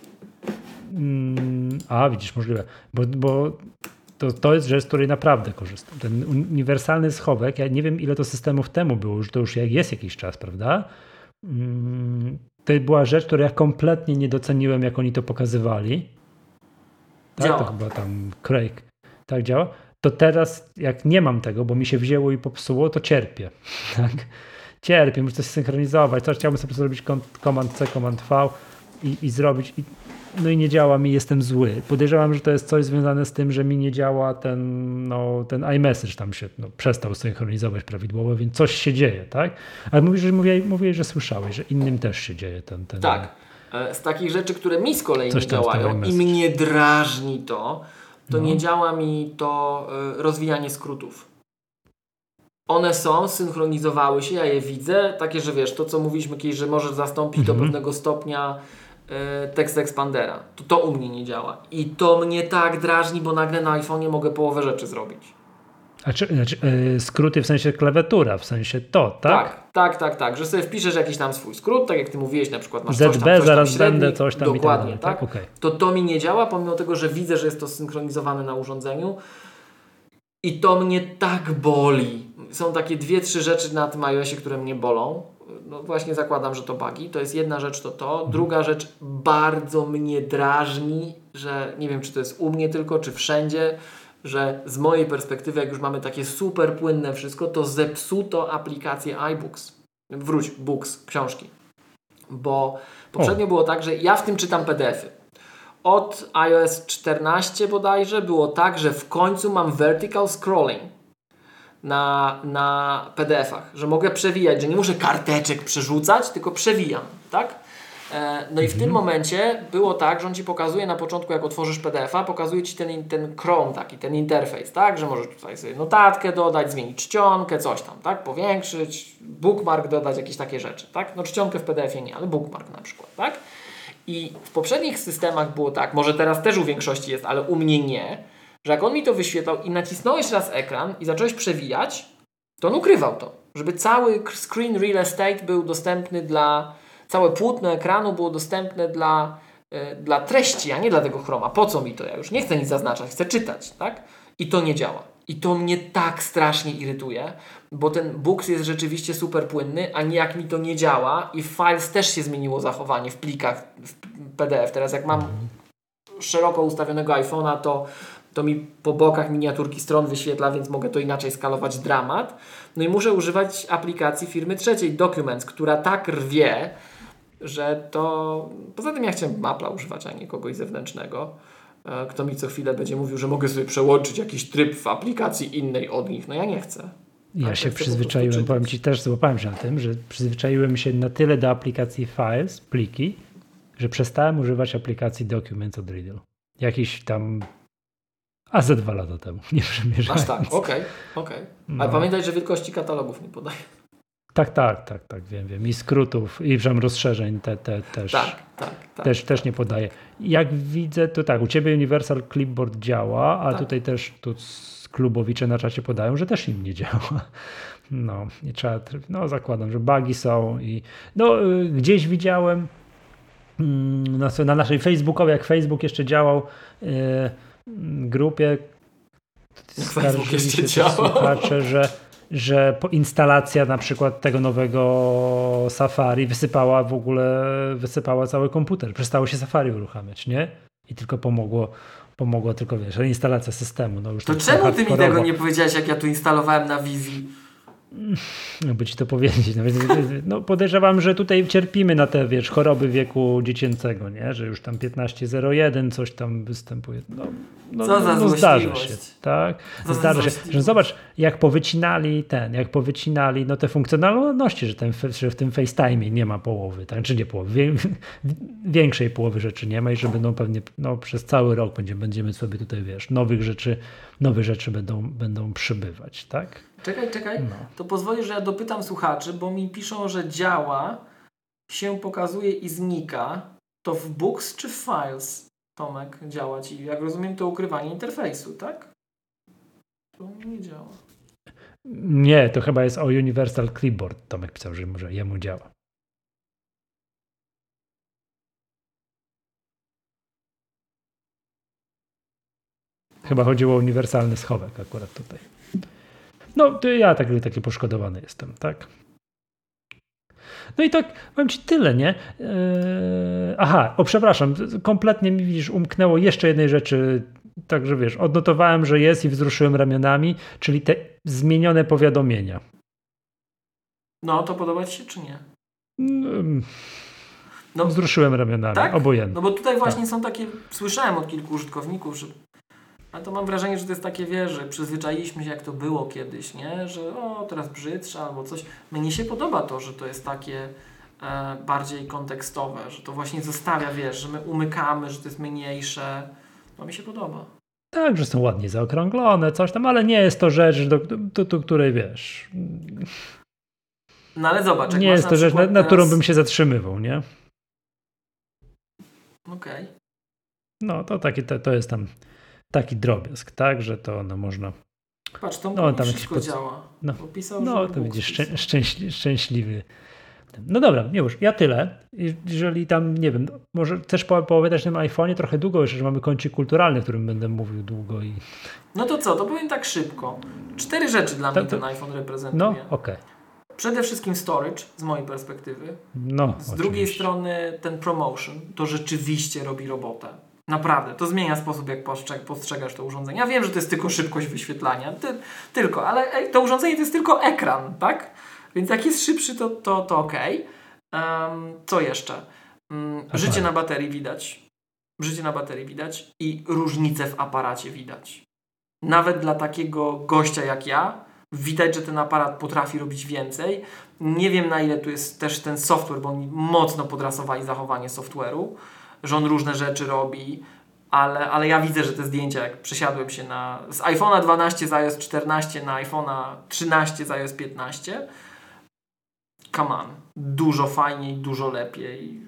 Widzisz, możliwe. Bo to jest rzecz, z której naprawdę korzystam. Ten uniwersalny schowek, ja nie wiem, ile to systemów temu było, że to już jest jakiś czas, prawda? To była rzecz, której ja kompletnie nie doceniłem, jak oni to pokazywali. Tak, działa. To chyba tam Craig. Tak działa? To teraz, jak nie mam tego, bo mi się wzięło i popsuło, to cierpię. Tak? Cierpię, muszę coś synchronizować. Coś chciałbym sobie zrobić Command C, Command V i zrobić. No i nie działa mi, jestem zły. Podejrzewam, że to jest coś związane z tym, że mi nie działa ten iMessage, tam się przestał synchronizować prawidłowo, więc coś się dzieje, tak? Ale mówiłeś, że słyszałeś, że innym też się dzieje ten. Tak. Z takich rzeczy, które mi z kolei nie działają i mnie drażni to nie działa mi to rozwijanie skrótów. One synchronizowały się, ja je widzę, takie, że wiesz, to co mówiliśmy kiedyś, że możesz zastąpić do pewnego stopnia tekst expandera. To u mnie nie działa. I to mnie tak drażni, bo nagle na iPhone'ie mogę połowę rzeczy zrobić. Skróty w sensie klawiatura, w sensie to, tak? Tak. Że sobie wpiszesz jakiś tam swój skrót, tak jak ty mówiłeś, na przykład masz ZB, coś tam zaraz średnik, będę coś tam dokładnie, i tak? Okay. To mi nie działa, pomimo tego, że widzę, że jest to synchronizowane na urządzeniu. I to mnie tak boli. Są takie 2-3 rzeczy na tym iOSie, które mnie bolą. No właśnie zakładam, że to bugi. To jest jedna rzecz, to. Druga rzecz bardzo mnie drażni, że nie wiem, czy to jest u mnie tylko, czy wszędzie, że z mojej perspektywy, jak już mamy takie super płynne wszystko, to zepsuto aplikację iBooks. Books, książki. Bo poprzednio było tak, że ja w tym czytam PDF-y. Od iOS 14 bodajże było tak, że w końcu mam vertical scrolling na PDF-ach, że mogę przewijać, że nie muszę karteczek przerzucać, tylko przewijam, tak? No i w tym momencie było tak, że on Ci pokazuje na początku, jak otworzysz PDF-a, pokazuje Ci ten Chrome taki, ten interfejs, tak? Że możesz tutaj sobie notatkę dodać, zmienić czcionkę, coś tam, tak? Powiększyć, bookmark dodać, jakieś takie rzeczy, tak? No czcionkę w PDF-ie nie, ale bookmark na przykład, tak? I w poprzednich systemach było tak, może teraz też u większości jest, ale u mnie nie, że jak on mi to wyświetlał i nacisnąłeś raz ekran i zacząłeś przewijać, to on ukrywał to, żeby cały screen real estate był dostępny całe płótno ekranu było dostępne dla treści, a nie dla tego Chroma. Po co mi to? Ja już nie chcę nic zaznaczać, chcę czytać, tak? I to nie działa. I to mnie tak strasznie irytuje, bo ten Books jest rzeczywiście super płynny, a nijak mi to nie działa i w Files też się zmieniło zachowanie w plikach w PDF. Teraz jak mam szeroko ustawionego iPhone'a, to mi po bokach miniaturki stron wyświetla, więc mogę to inaczej skalować, dramat. No i muszę używać aplikacji firmy trzeciej, Documents, która tak rwie, że to... Poza tym ja chciałem Apple'a używać, a nie kogoś zewnętrznego. Kto mi co chwilę będzie mówił, że mogę sobie przełączyć jakiś tryb w aplikacji innej od nich. No ja nie chcę. Ja się przyzwyczaiłem, powiem Ci, też złapałem się na tym, że przyzwyczaiłem się na tyle do aplikacji Files, pliki, że przestałem używać aplikacji Documents od Riddle. Jakiś tam... A ze 2 lata temu, nie przymierzając. Aż tak, okej. Ale pamiętaj, że wielkości katalogów nie podaję. Tak, wiem. I skrótów, i rozszerzeń też. Tak. Też nie podaję. Jak widzę, to tak, u Ciebie Universal Clipboard działa, a tutaj też klubowicze na czacie podają, że też im nie działa. No, i trzeba, zakładam, że bugi są i gdzieś widziałem na naszej Facebookowej, jak Facebook jeszcze działał, grupie skarżyli się słuchacze, że instalacja na przykład tego nowego Safari wysypała cały komputer. Przestało się Safari uruchamiać, nie? I tylko pomogło tylko, reinstalacja systemu. No już to czemu ty mi tego nie powiedziałeś, jak ja tu instalowałem na Wizji? By ci to powiedzieć. No, podejrzewam, że tutaj cierpimy na te, choroby wieku dziecięcego, nie? Że już tam 15.01 coś tam występuje. Zdarza się, tak? Zdarza się. Że zobacz, jak powycinali te funkcjonalności, że w tym FaceTime nie ma połowy, tak? Czy nie połowy, większej połowy rzeczy nie ma i że będą pewnie przez cały rok będziemy sobie tutaj, nowe rzeczy będą przybywać, tak? Czekaj. To pozwoli, że ja dopytam słuchaczy, bo mi piszą, że działa, się pokazuje i znika. To w Books czy w Files, Tomek, działa Ci? Jak rozumiem, to ukrywanie interfejsu, tak? To nie działa. Nie, to chyba jest o Universal Clipboard. Tomek pisał, że może jemu działa. Chyba chodziło o uniwersalny schowek akurat tutaj. No, to ja taki poszkodowany jestem, tak? No i tak, powiem Ci tyle, nie? Przepraszam, kompletnie mi, umknęło jeszcze jednej rzeczy, także odnotowałem, że jest i wzruszyłem ramionami, czyli te zmienione powiadomienia. No, to podoba Ci się, czy nie? Wzruszyłem ramionami, tak? Obojętnie. No bo tutaj właśnie są takie, słyszałem od kilku użytkowników, że ale to mam wrażenie, że to jest takie, że przyzwyczailiśmy się, jak to było kiedyś, nie? Że teraz brzydsze albo coś. Mnie się podoba to, że to jest takie bardziej kontekstowe, że to właśnie zostawia, że my umykamy, że to jest mniejsze. To mi się podoba. Tak, że są ładnie zaokrąglone, coś tam, ale nie jest to rzecz, do której No ale zobacz. Nie jest to rzecz, na którą bym się zatrzymywał, nie? Okej. No to jest tam taki drobiazg, tak, że to można... Patrz, tam wszystko działa. To widzisz, szczęśliwy. No dobra, już, ja tyle. Jeżeli tam, nie wiem, może chcesz poowiadać na tym iPhone'ie trochę długo, jeszcze, że mamy kącik kulturalny, w którym będę mówił długo i... No to co, to powiem tak szybko. 4 rzeczy dla mnie ten iPhone reprezentuje. No, okej. Przede wszystkim storage, z mojej perspektywy. Z drugiej strony ten promotion, to rzeczywiście robi robotę. Naprawdę, to zmienia sposób, jak postrzegasz to urządzenie. Ja wiem, że to jest tylko szybkość wyświetlania, tylko, ale to urządzenie to jest tylko ekran, tak? Więc jak jest szybszy, to okej. Co jeszcze? Życie na baterii widać i różnice w aparacie widać. Nawet dla takiego gościa jak ja, widać, że ten aparat potrafi robić więcej. Nie wiem, na ile tu jest też ten software, bo oni mocno podrasowali zachowanie software'u, że on różne rzeczy robi, ale ja widzę, że te zdjęcia, jak przesiadłem się z iPhone'a 12 z iOS 14 na iPhone'a 13 z iOS 15, come on, dużo fajniej, dużo lepiej.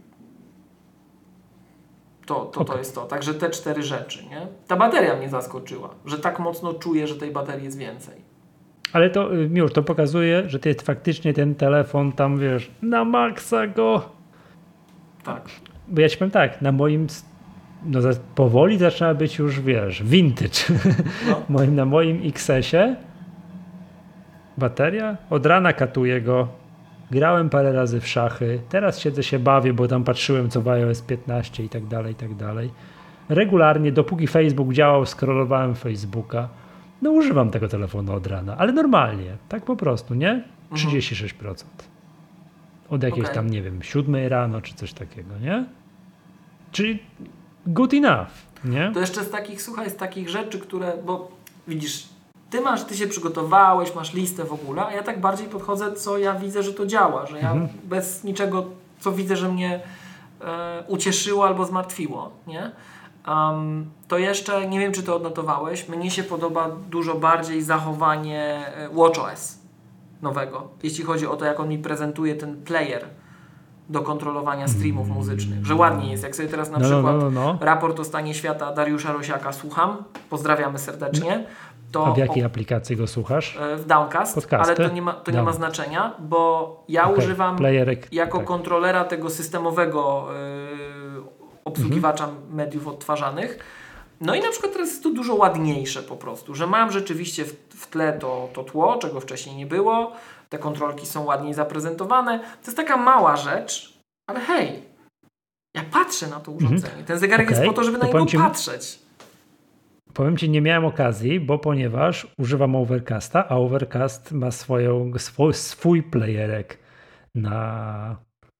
To jest to. Także te 4 rzeczy, nie? Ta bateria mnie zaskoczyła, że tak mocno czuję, że tej baterii jest więcej. Ale to, Miłosz, to pokazuje, że to jest faktycznie ten telefon tam, na maksa go... Tak. Bo ja ci powiem tak, na moim no powoli zaczyna być już, wiesz, vintage. No. Na moim XS-ie bateria, od rana katuję go, grałem parę razy w szachy, teraz siedzę się bawię, bo tam patrzyłem co w iOS 15 i tak dalej, i tak dalej. Regularnie, dopóki Facebook działał, scrollowałem Facebooka. No używam tego telefonu od rana, ale normalnie, tak po prostu, nie? 36%. Od jakiejś tam, nie wiem, 7 rano czy coś takiego, nie? Czyli good enough, nie? To jeszcze z takich rzeczy, które, bo widzisz, ty się przygotowałeś, masz listę w ogóle, a ja tak bardziej podchodzę, co ja widzę, że to działa, że ja bez niczego, co widzę, że mnie ucieszyło albo zmartwiło, nie? To jeszcze, nie wiem czy to odnotowałeś, mnie się podoba dużo bardziej zachowanie WatchOS nowego, jeśli chodzi o to, jak on mi prezentuje ten player do kontrolowania streamów muzycznych, że ładnie jest, jak sobie teraz na przykład raport o stanie świata Dariusza Rosiaka słucham, pozdrawiamy serdecznie. To a w jakiej aplikacji go słuchasz? W Downcast, Podcasty? ale to nie ma znaczenia, bo ja używam playerek, jako kontrolera tego systemowego obsługiwacza mediów odtwarzanych. No i na przykład teraz jest to dużo ładniejsze po prostu, że mam rzeczywiście w tle to tło, czego wcześniej nie było, te kontrolki są ładniej zaprezentowane. To jest taka mała rzecz, ale hej, ja patrzę na to urządzenie. Ten zegarek jest po to, żeby na niego patrzeć. Powiem Ci, nie miałem okazji, ponieważ używam Overcasta, a Overcast ma swój playerek na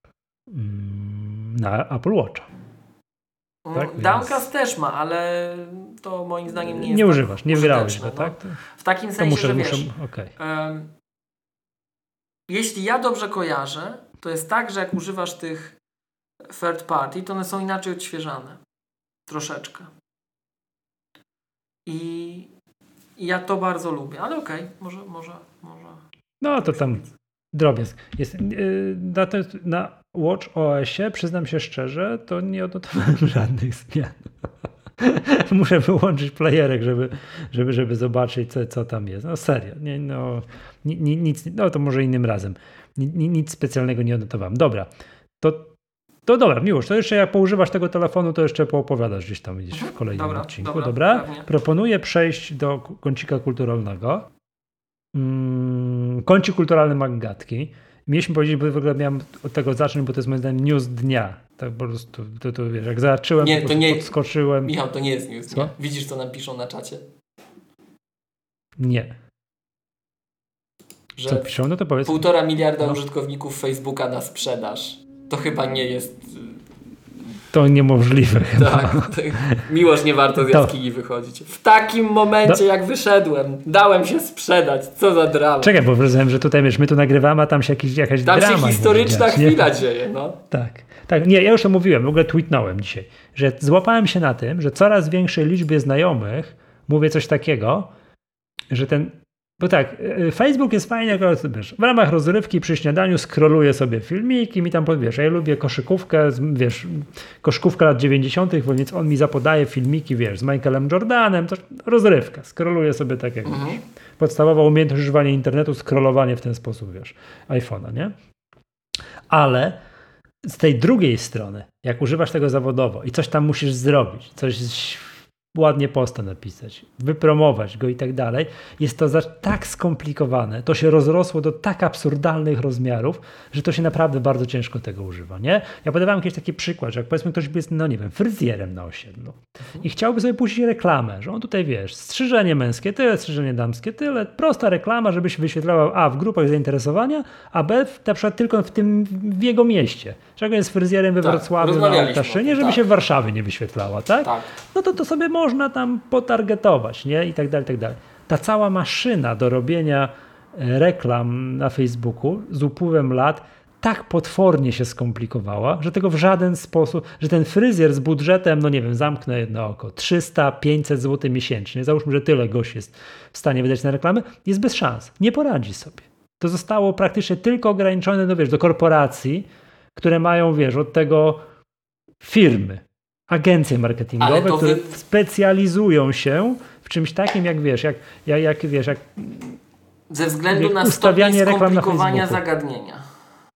Apple Watcha. Tak? Downcast też ma, ale to moim zdaniem nie jest. Nie używasz, nie wygrałeś go, tak? W takim sensie, że wiesz, okay. Jeśli ja dobrze kojarzę, to jest tak, że jak używasz tych third party, to one są inaczej odświeżane. Troszeczkę. I ja to bardzo lubię, ale okej, może. No to tam drobiazg. Jest, na WatchOSie, przyznam się szczerze, to nie odnotowałem żadnych zmian. Muszę wyłączyć playerek, żeby zobaczyć, co tam jest. No serio. Nic, no to może innym razem. Nic specjalnego nie odnotowałem. Dobra. To dobra, Miłosz, to jeszcze jak poużywasz tego telefonu, to jeszcze poopowiadasz gdzieś tam widzisz w kolejnym odcinku. Dobra? Proponuję przejść do kącika kulturalnego. Kącik kulturalny Maggatki. Mieliśmy powiedzieć, bo w ogóle miałem od tego zacząć, bo to jest moim zdaniem news dnia. Tak po prostu, to wiesz, jak zacząłem, podskoczyłem. Michał, to nie jest news dnia. Widzisz, co nam piszą na czacie? Nie. Że co piszą? No to powiedz. 1,5 miliarda użytkowników Facebooka na sprzedaż. To chyba nie jest... To niemożliwe chyba. Tak, Miłosz, nie warto z jaskini wychodzić. W takim momencie, jak wyszedłem, dałem się sprzedać. Co za drama. Czekaj, bo rozumiem, że tutaj wiesz, my tu nagrywamy, a tam się jakaś drama. Tam się historyczna chwila dzieje, no. Tak. Nie, ja już to mówiłem, w ogóle tweetnąłem dzisiaj, że złapałem się na tym, że coraz większej liczbie znajomych mówię coś takiego, że bo tak, Facebook jest fajnie, wiesz, w ramach rozrywki przy śniadaniu scrolluję sobie filmiki, mi tam wiesz, ja lubię koszykówkę, wiesz, koszykówka lat 90., więc on mi zapodaje filmiki, wiesz, z Michaelem Jordanem, to rozrywka, scrolluję sobie tak jak wiesz, podstawowa umiejętność używania internetu, scrollowanie w ten sposób, wiesz, iPhone'a, nie? Ale z tej drugiej strony, jak używasz tego zawodowo i coś tam musisz zrobić, coś ładnie posta napisać, wypromować go i tak dalej, jest to tak skomplikowane, to się rozrosło do tak absurdalnych rozmiarów, że to się naprawdę bardzo ciężko tego używa, nie? Ja podawałem jakiś taki przykład, że jak powiedzmy ktoś jest, no nie wiem, fryzjerem na osiedlu i chciałby sobie puścić reklamę, że on tutaj, wiesz, strzyżenie męskie tyle, strzyżenie damskie tyle, prosta reklama, żeby się wyświetlała A w grupach zainteresowania, a B na przykład tylko w jego mieście. Czego jest fryzjerem we Wrocławiu, na Ołtaszynie, żeby się w Warszawie nie wyświetlała, tak? No to sobie można tam potargetować, nie? I tak dalej, i tak dalej. Ta cała maszyna do robienia reklam na Facebooku z upływem lat tak potwornie się skomplikowała, że tego w żaden sposób, że ten fryzjer z budżetem, no nie wiem, zamknę jedno oko, 300-500 zł miesięcznie, załóżmy, że tyle gość jest w stanie wydać na reklamy, jest bez szans. Nie poradzi sobie. To zostało praktycznie tylko ograniczone, no wiesz, do korporacji, które mają, wiesz, od tego firmy, agencje marketingowe, które specjalizują się w czymś takim, jak wiesz, jak ze względu na stopień skomplikowania zagadnienia.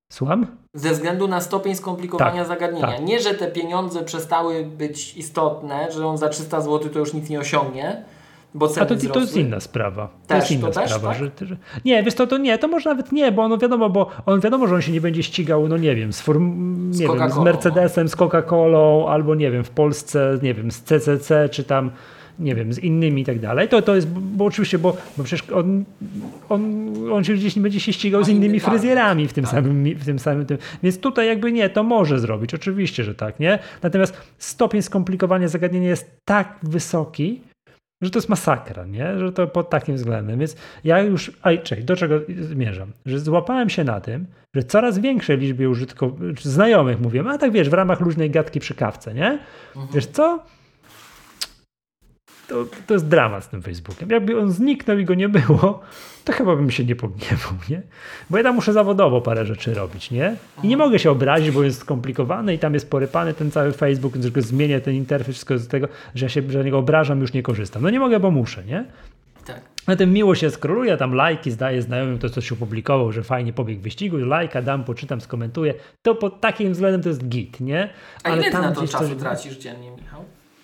Słucham? Ze względu na stopień skomplikowania zagadnienia. Tak. Nie, że te pieniądze przestały być istotne, że on za 300 zł to już nic nie osiągnie, bo ceny wzrosły. To jest inna sprawa. Też, Tak? Nie, wiesz to nie, to może nawet nie, bo on wiadomo, że on się nie będzie ścigał, no nie wiem, z Mercedesem, z Coca-Colą, albo nie wiem, w Polsce, nie wiem, z CCC, czy tam nie wiem, z innymi i tak dalej. To jest, bo oczywiście, bo przecież on się gdzieś nie będzie się ścigał z innymi fryzjerami w tym samym tym. Więc tutaj jakby nie, to może zrobić. Oczywiście, że tak, nie? Natomiast stopień skomplikowania zagadnienia jest tak wysoki, że to jest masakra, nie? Że to pod takim względem. Więc ja już, do czego zmierzam? Że złapałem się na tym, że coraz większej liczbie znajomych mówię, a tak wiesz, w ramach luźnej gadki przy kawce, nie? Wiesz co? To jest dramat z tym Facebookiem. Jakby on zniknął i go nie było, to chyba bym się nie pogniewał, nie? Bo ja tam muszę zawodowo parę rzeczy robić, nie? I nie mogę się obrazić, bo jest skomplikowany i tam jest porypany ten cały Facebook, więc go zmienię ten interfejs, wszystko z tego, że ja się za niego obrażam, już nie korzystam. No nie mogę, bo muszę, nie? Tak. Na tym miło się skroluje, tam lajki zdaję znajomym, to coś się opublikował, że fajnie pobiegł wyścigu, lajka dam, poczytam, skomentuję. To pod takim względem to jest git, nie? Ale ile tam na to czasu tracisz dziennie, Michał?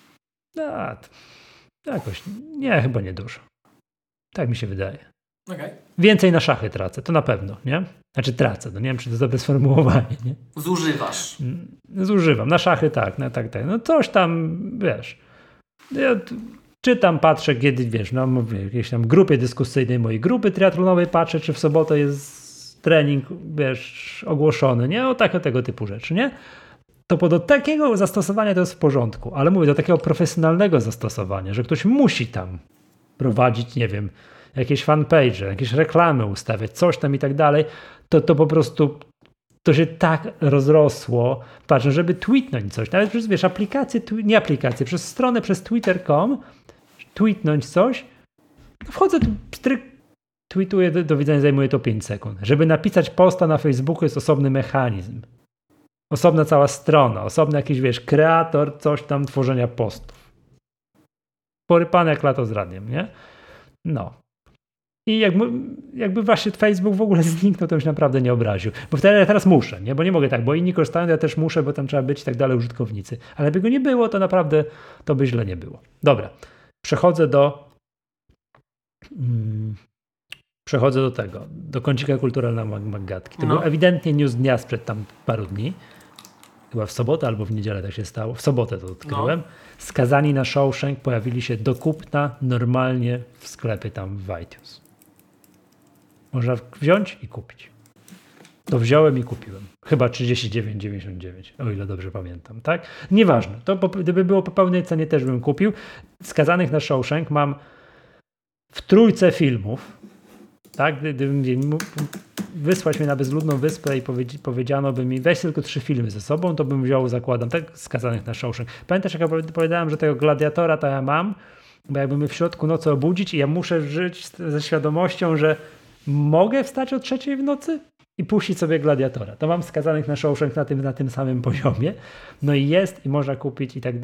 Jakoś, nie, chyba nie dużo. Tak mi się wydaje. Okay. Więcej na szachy tracę, to na pewno, nie? Znaczy tracę, no nie wiem, czy to jest dobre sformułowanie, nie? Zużywasz. Zużywam, na szachy tak, no coś tam, wiesz, ja czytam, patrzę, kiedy, wiesz, no mówię, jakiejś tam grupie dyskusyjnej mojej grupy triatlonowej patrzę, czy w sobotę jest trening, wiesz, ogłoszony, nie? O tego typu rzeczy, nie? To do takiego zastosowania to jest w porządku, ale mówię, do takiego profesjonalnego zastosowania, że ktoś musi tam prowadzić, nie wiem, jakieś fanpage, jakieś reklamy ustawiać, coś tam i tak dalej, to po prostu to się tak rozrosło, patrz, żeby tweetnąć coś, nawet przez, wiesz, przez stronę, przez twitter.com tweetnąć coś, wchodzę, tweetuję, do widzenia, zajmuje to 5 sekund. Żeby napisać posta na Facebooku jest osobny mechanizm. Osobna cała strona, osobny jakiś, wiesz, kreator, coś tam, tworzenia postów. Porypane jak lato z radiem, nie? No. I jakby właśnie Facebook w ogóle zniknął, to już naprawdę nie obraził. Bo teraz muszę, nie? Bo nie mogę tak, bo inni korzystają, ja też muszę, bo tam trzeba być i tak dalej, użytkownicy. Ale by go nie było, to naprawdę to by źle nie było. Dobra. Przechodzę do tego, do kącika kulturalnego Maggatki. To był ewidentnie news dnia sprzed tam paru dni. Chyba w sobotę albo w niedzielę tak się stało. W sobotę to odkryłem. Skazani na Shawshank pojawili się do kupna normalnie w sklepie tam w iTunes. Można wziąć i kupić. To wziąłem i kupiłem. Chyba 39,99, o ile dobrze pamiętam, tak? Nieważne. To gdyby było po pełnej cenie też bym kupił. Skazanych na Shawshank mam w 3 filmów. Tak? Gdybym wysłać mnie na bezludną wyspę i powiedziano by mi, weź tylko 3 filmy ze sobą, to bym wziął, zakładam, tak, Skazanych na Shawshank. Pamiętasz, jak opowiadałem, że tego gladiatora to ja mam, bo jakby mnie w środku nocy obudzić i ja muszę żyć ze świadomością, że mogę wstać o 3:00 w nocy i puścić sobie gladiatora. To mam Skazanych na Shawshank na tym samym poziomie. No i jest, i można kupić i tak,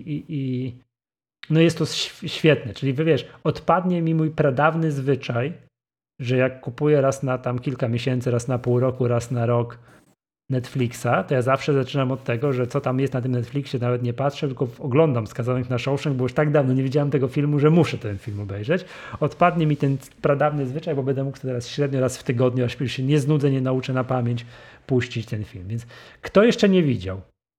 no jest to świetne, czyli wiesz, odpadnie mi mój pradawny zwyczaj, że jak kupuję raz na tam kilka miesięcy, raz na pół roku, raz na rok Netflixa, to ja zawsze zaczynam od tego, że co tam jest na tym Netflixie, nawet nie patrzę, tylko oglądam Skazanych na Shawshank, bo już tak dawno nie widziałem tego filmu, że muszę ten film obejrzeć. Odpadnie mi ten pradawny zwyczaj, bo będę mógł teraz średnio raz w tygodniu, aż się nie znudzę, nie nauczę na pamięć, puścić ten film. Więc kto jeszcze nie widział,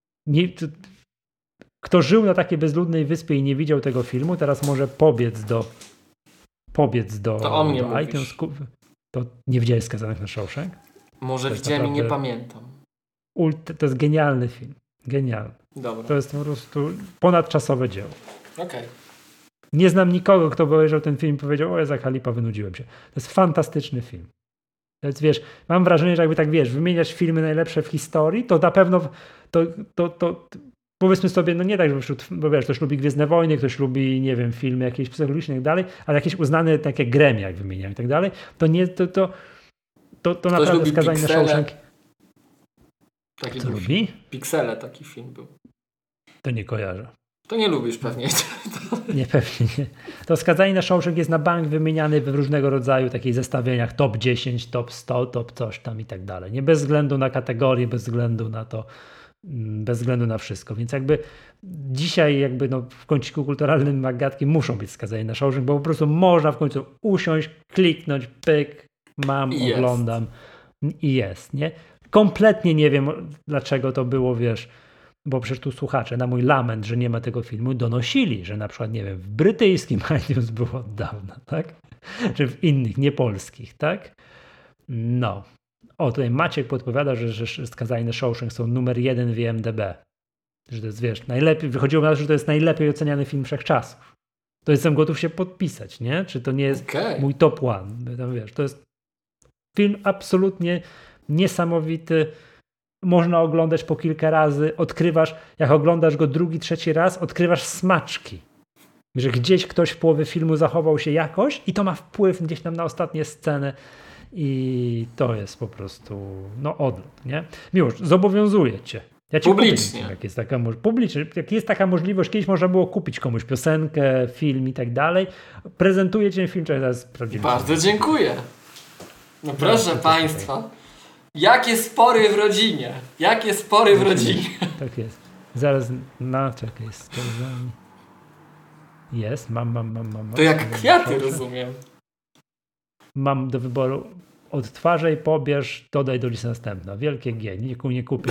kto żył na takiej bezludnej wyspie i nie widział tego filmu, teraz może pobiec do to o mnie do iTunes. To nie widziałeś Skazanych na Shawshank? Może widziałem i nie pamiętam. To jest genialny film. Genialny. Dobra. To jest po prostu ponadczasowe dzieło. Okej. Nie znam nikogo, kto by obejrzał ten film i powiedział, o Jezu, Khalifa, wynudziłem się. To jest fantastyczny film. Więc wiesz, mam wrażenie, że jakby tak wiesz, wymieniać filmy najlepsze w historii, to na pewno to powiedzmy sobie, no nie tak, że bo wiesz, ktoś lubi Gwiezdne Wojny, ktoś lubi, nie wiem, filmy jakieś psychologiczne i tak dalej, ale jakieś uznane takie gremia, jak wymieniam i tak dalej, to nie, to naprawdę Skazani na Shawshank. Taki co lubi? Piksele taki film był. To nie kojarzę. To nie lubisz pewnie. Nie, pewnie nie. To Skazani na Shawshank jest na bank wymieniany w różnego rodzaju takich zestawieniach top 10, top 100, top coś tam i tak dalej. Nie bez względu na kategorię, bez względu na to, bez względu na wszystko. Więc jakby dzisiaj jakby no w kąciku kulturalnym Magatki muszą być Skazani na Shawshank, bo po prostu można w końcu usiąść, kliknąć, pyk, mam, I oglądam i jest, nie? Kompletnie nie wiem, dlaczego to było, wiesz, bo przecież tu słuchacze na mój lament, że nie ma tego filmu, donosili, że na przykład, nie wiem, w brytyjskim iTunes było od dawna, tak? Czy w innych, nie polskich, tak? No. O, tutaj Maciek podpowiada, że Skazani na Shawshank są numer 1 w IMDb. Że to jest, wiesz, najlepiej, wychodziło na to, że to jest najlepiej oceniany film wszechczasów. To jestem gotów się podpisać, nie? Czy to nie jest mój top one? Tam, wiesz, to jest film absolutnie niesamowity. Można oglądać po kilka razy. Odkrywasz, jak oglądasz go drugi, trzeci raz, odkrywasz smaczki. Że gdzieś ktoś w połowie filmu zachował się jakoś i to ma wpływ gdzieś tam na ostatnie sceny i to jest po prostu no odlot, nie? Miłosz, zobowiązuję cię. Ja cię publicznie. Kupię, jak jest taka możliwość, kiedyś można było kupić komuś piosenkę, film i tak dalej. Prezentuję cię film, czy teraz prawdziwy. Bardzo dziękuję. No proszę Państwa. Jakie spory w rodzinie. Jakie spory w rodzinie. Tak jest. Zaraz, czekaj, Skazani. Jest, mam. To jak kwiaty, rozumiem. Mam do wyboru odtwarzaj, pobierz, dodaj do listy następna. Wielkie G, nie kupię.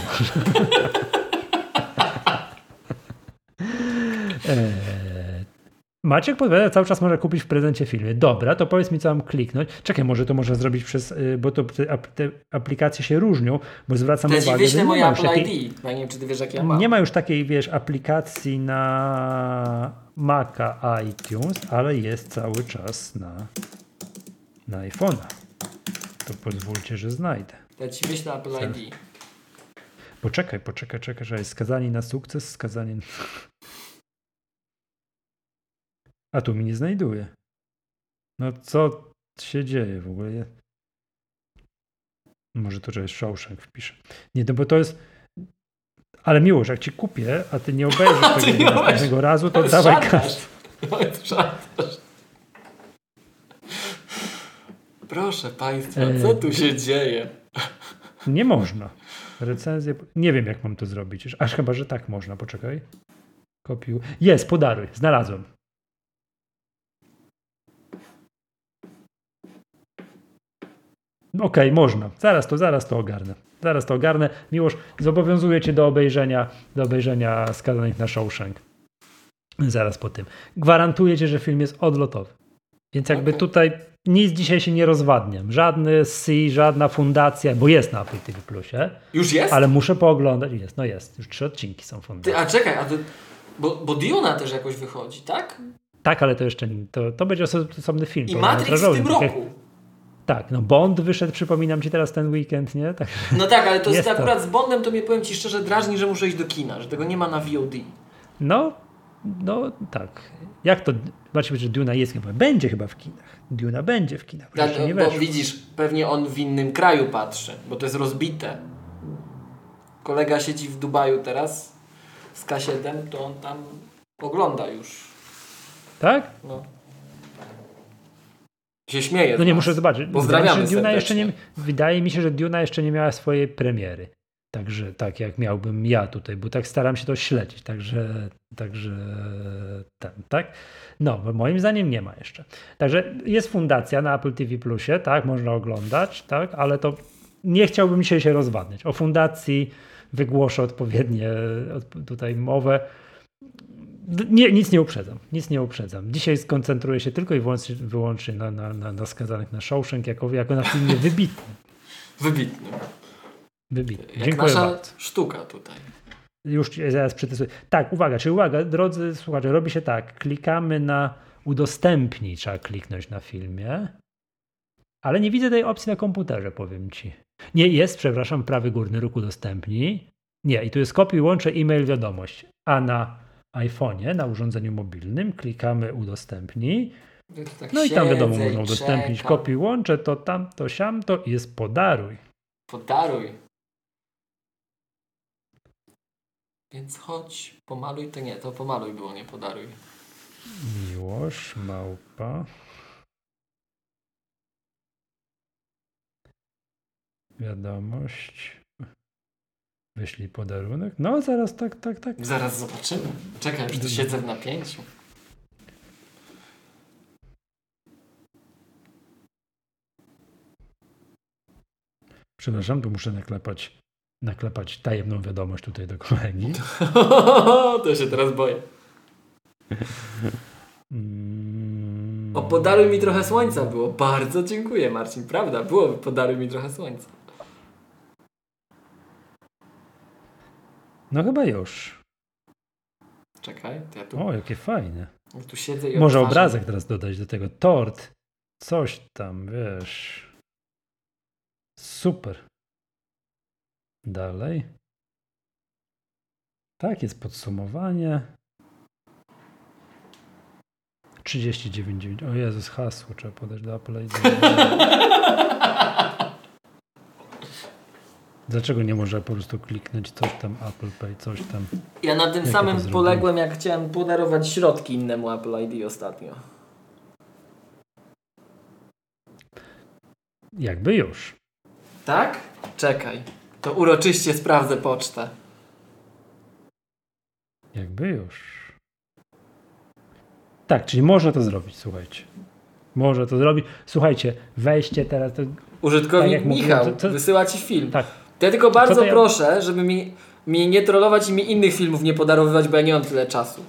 Maciek podpowiada, cały czas można kupić w prezencie filmy. Dobra, to powiedz mi, co mam kliknąć. Czekaj, może to można zrobić przez, bo to te aplikacje się różnią, bo zwracam uwagę, że wyślę moje Apple takiej, ID. Ja nie wiem, czy ty wiesz, jak ja mam. nie ma już takiej, wiesz, aplikacji na Maca iTunes, ale jest cały czas na iPhone'a. To pozwólcie, że znajdę. Ja ci wyślę Apple ID. Poczekaj, że jest skazani na sukces, skazani na... A tu mi nie znajduje. No co się dzieje w ogóle? Może to, że jest Shawshank wpiszę. Nie, no bo to jest... Ale Miłosz, jak ci kupię, a ty nie obejrzysz tego następnego razu, to dawaj kasę. Proszę Państwa, co tu się dzieje? Nie można. Recenzję... Nie wiem, jak mam to zrobić. Aż chyba, że tak można. Poczekaj. Kopiuj. Jest, podaruj. Znalazłem. Okej, można. Zaraz to ogarnę. Miłosz, zobowiązuję cię do obejrzenia Skazanych na Shawshank. Zaraz po tym. Gwarantuję cię, że film jest odlotowy. Więc jakby tutaj nic dzisiaj się nie rozwadniam. Żadny C, żadna fundacja, bo jest na Apple TV Plusie. Już jest? Ale muszę pooglądać. Jest. Już 3 odcinki są fundacji. A czekaj, bo Duna też jakoś wychodzi, tak? Tak, ale to jeszcze to będzie osobny film. I Matrix w tym roku. Tak, no Bond wyszedł, przypominam ci teraz ten weekend, nie? Tak. No tak, ale to jest akurat z Bondem, to mnie, powiem ci szczerze, drażni, że muszę iść do kina, że tego nie ma na VOD. No tak. Jak to? Zobaczmy, że Duna jest chyba. Będzie chyba w kinach. Duna będzie w kinach. Tak, bo widzisz, pewnie on w innym kraju patrzy, bo to jest rozbite. Kolega siedzi w Dubaju teraz z K7, to on tam ogląda już. Tak? No. Się śmieje. No nie, muszę zobaczyć. Pozdrawiamy Wydaje mi się, że Duna jeszcze nie miała swojej premiery. Także tak jak miałbym ja tutaj, bo tak staram się to śledzić. Także tak. No, bo moim zdaniem nie ma jeszcze. Także jest fundacja na Apple TV Plusie, tak, można oglądać, tak, ale to nie chciałbym się rozwadniać. O fundacji wygłoszę odpowiednie tutaj mowę. Nic nie uprzedzam. Dzisiaj skoncentruję się tylko i wyłącznie na Skazanych na Shawshank jako na filmie wybitnym. Jak Dziękuję nasza bardzo. Sztuka tutaj. Już zaraz przetestuję. Tak, uwaga, drodzy słuchacze, robi się tak. Klikamy na udostępnij, trzeba kliknąć na filmie, ale nie widzę tej opcji na komputerze, powiem ci. Nie, jest, przepraszam, prawy górny róg udostępnij. Nie, i tu jest kopiuj, łączę, e-mail, wiadomość. A na iPhone'ie, na urządzeniu mobilnym klikamy udostępnij. No i tam wiadomo, można udostępnić kopiuj, łączę, to tam, to siam, to jest podaruj. Podaruj. Więc chodź, pomaluj, to nie, to pomaluj było, nie podaruj. Miłosz, małpa. Wiadomość. Wyślij podarunek. No zaraz, tak. Zaraz zobaczymy. Czekaj, już tu siedzę w napięciu. Przepraszam, tu muszę naklepać tajemną wiadomość tutaj do kolegi. To się teraz boję. O, podaruj mi trochę słońca było. Bardzo dziękuję, Marcin. Prawda, było podaruj mi trochę słońca. No chyba już. Czekaj, to ja tu... O, jakie fajne. Ja tu siedzę i Może odtwarzam. obrazek teraz dodać do tego. Tort. Coś tam, wiesz. Super. Dalej. Tak, jest podsumowanie. 39,9. O Jezus, hasło trzeba podać do Apple ID. Dlaczego nie można po prostu kliknąć coś tam Apple Pay, coś tam? Ja na tym Jak samym to poległem, jak chciałem podarować środki innemu Apple ID ostatnio. Jakby już. Tak? Czekaj. To uroczyście sprawdzę pocztę. Jakby już. Tak, czyli można to zrobić, słuchajcie. Można to zrobić. Słuchajcie, weźcie teraz... To, Użytkownik tak jak Michał mówiłem, wysyła ci film. Tak. To ja tylko bardzo ja- proszę, żeby mi nie trollować i mi innych filmów nie podarowywać, bo ja nie mam tyle czasu.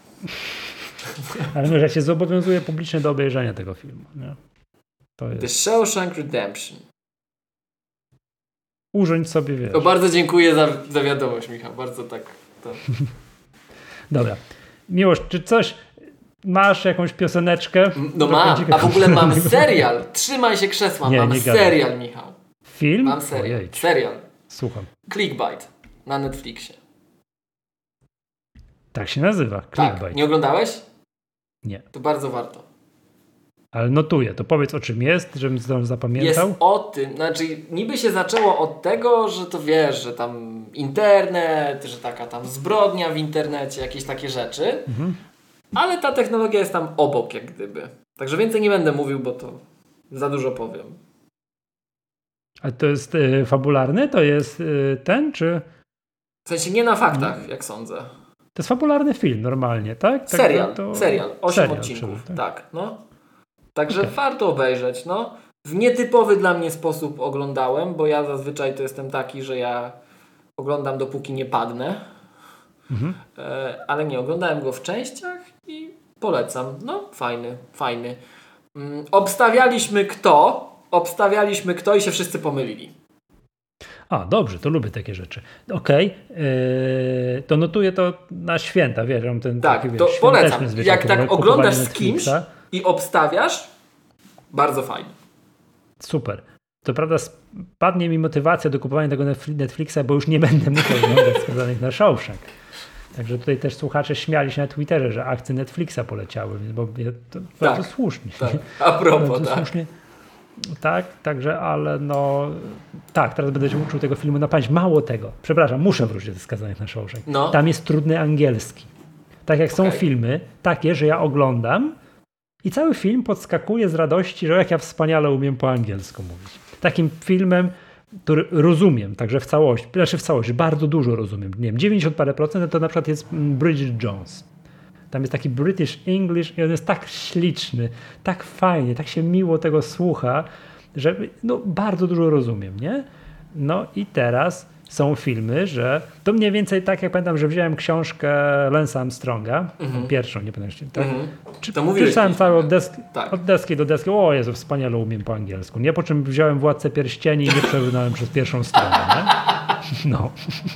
Ale może ja się zobowiązuję publicznie do obejrzenia tego filmu. Nie? To The jest... Shawshank Redemption. Urządź sobie, wiesz. To bardzo dziękuję za wiadomość, Michał. Bardzo tak. To. Dobra. Miłosz, czy coś... Masz jakąś pioseneczkę? No mam, a w ogóle mam serial. Trzymaj się krzesła, Nie, mam nie gadaj. serial, Michał. Film? Mam serial. Ojej. Serial. Słucham. Clickbait na Netflixie. Tak się nazywa. Clickbait. Tak. Nie oglądałeś? Nie. To bardzo warto. Ale notuję. To powiedz, o czym jest, żebym to zapamiętał. Jest o tym, znaczy niby się zaczęło od tego, że to wiesz, że tam internet, że taka tam zbrodnia w internecie, jakieś takie rzeczy. Ale ta technologia jest tam obok, jak gdyby. Także więcej nie będę mówił, bo to za dużo powiem. A to jest fabularny? To jest ten, czy... W sensie nie na faktach, jak sądzę. To jest fabularny film normalnie, tak? Tak, Serial, to... serial. 8 serial, odcinków. czyli, Tak, no. Także Okej. warto obejrzeć, no. W nietypowy dla mnie sposób oglądałem, bo ja zazwyczaj to jestem taki, że ja oglądam dopóki nie padnę. Ale nie, oglądałem go w częściach i polecam. No, fajny. Obstawialiśmy kto i się wszyscy pomylili. A, dobrze, to lubię takie rzeczy. Okej, to notuję to na święta, wiesz, mam ten Tak, taki, to wiesz, polecam. świąteczny zwyczaj, Jak tak kupowanie oglądasz z Netflixa. kimś i obstawiasz, bardzo fajnie. Super. To prawda, spadnie mi motywacja do kupowania tego Netflixa, bo już nie będę musiał oglądać Skazanych na Shawshank. Także tutaj też słuchacze śmiali się na Twitterze, że akcje Netflixa poleciały, bo to bardzo słusznie. Tak. A propos, Bardzo tak. słusznie. Tak, także, ale no tak, teraz będę się uczył tego filmu na pamięć. Mało tego, przepraszam, muszę wrócić do Skazanych na Shawshank. No. Tam jest trudny angielski. Tak jak są filmy takie, że ja oglądam i cały film podskakuje z radości, że jak ja wspaniale umiem po angielsku mówić. Takim filmem, który rozumiem, także w całości, bardzo dużo rozumiem. Nie wiem, 90 parę procent to na przykład jest Bridget Jones. Tam jest taki British English i on jest tak śliczny, tak fajnie, tak się miło tego słucha, że no, bardzo dużo rozumiem, nie? No i teraz są filmy, że to mniej więcej tak, jak pamiętam, że wziąłem książkę Lance'a Armstronga, pierwszą, nie pamiętam, tak? To mówiłeś Czytałem cały tak. od deski do deski, o Jezu, wspaniale umiem po angielsku, nie? Po czym wziąłem Władcę Pierścieni i nie przebrnąłem przez pierwszą stronę, nie? No.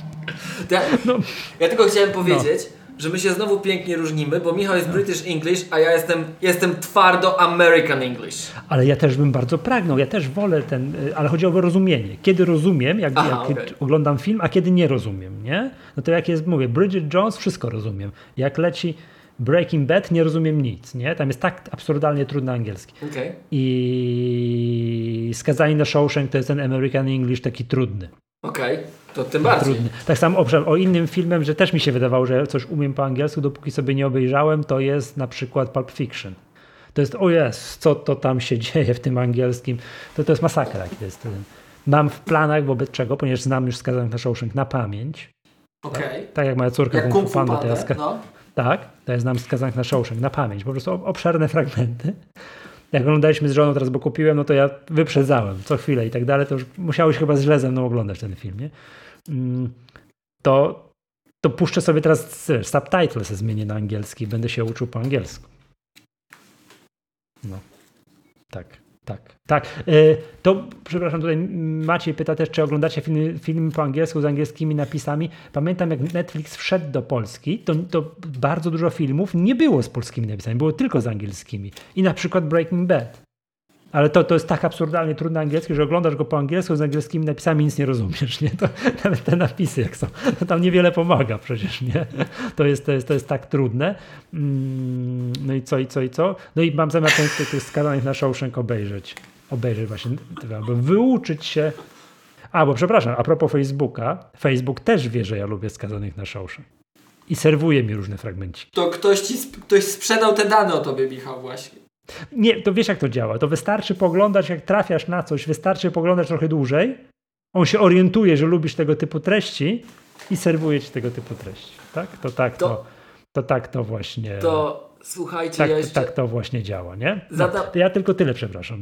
Ja tylko chciałem powiedzieć, że my się znowu pięknie różnimy, bo Michał jest British English, a ja jestem twardo American English. Ale ja też bym bardzo pragnął, ja też wolę ale chodzi o rozumienie. Kiedy rozumiem, jak oglądam film, a kiedy nie rozumiem, nie? No to jak jest, mówię, Bridget Jones, wszystko rozumiem. Jak leci Breaking Bad, nie rozumiem nic, nie? Tam jest tak absurdalnie trudny angielski. Okay. I Skazani na Shawshank to jest ten American English taki trudny. Okej. To tym bardziej. Trudny. Tak samo o innym filmem, że też mi się wydawało, że coś umiem po angielsku, dopóki sobie nie obejrzałem, to jest na przykład Pulp Fiction. To jest, o jest, co to tam się dzieje w tym angielskim. To jest masakra. Mam w planach wobec czego, ponieważ znam już Skazanych na Shawshank na pamięć. Okay. Tak jak moja córka jak Kung Fu Panda teraz. No. Tak, to ja znam Skazanych na Shawshank na pamięć. Po prostu obszerne fragmenty. Jak oglądaliśmy z żoną teraz, bo kupiłem, no to ja wyprzedzałem co chwilę i tak dalej, to już musiałeś chyba źle ze mną oglądać ten film, nie? To puszczę sobie teraz subtitle, se zmienię na angielski i będę się uczył po angielsku. No, tak. To, przepraszam, tutaj Maciej pyta też, czy oglądacie filmy po angielsku z angielskimi napisami. Pamiętam, jak Netflix wszedł do Polski, to bardzo dużo filmów nie było z polskimi napisami, było tylko z angielskimi. I na przykład Breaking Bad. Ale to jest tak absurdalnie trudny angielski, że oglądasz go po angielsku z angielskimi napisami, nic nie rozumiesz, nie? To nawet te napisy jak są, to tam niewiele pomaga przecież, nie? To jest tak trudne. No i co? No i mam zamiar tych Skazanych na Shawshank obejrzeć właśnie, aby wyuczyć się. Bo przepraszam, a propos Facebooka, Facebook też wie, że ja lubię Skazanych na Shawshank. I serwuje mi różne fragmenciki. To ktoś sprzedał te dane o tobie, Michał, właśnie. Nie, to wiesz jak to działa. To wystarczy poglądać, jak trafiasz na coś, wystarczy poglądać trochę dłużej. On się orientuje, że lubisz tego typu treści i serwuje ci tego typu treści. Tak? To właśnie. To słuchajcie, tak, ja jeszcze... tak to właśnie działa, nie? To ja tylko tyle, przepraszam.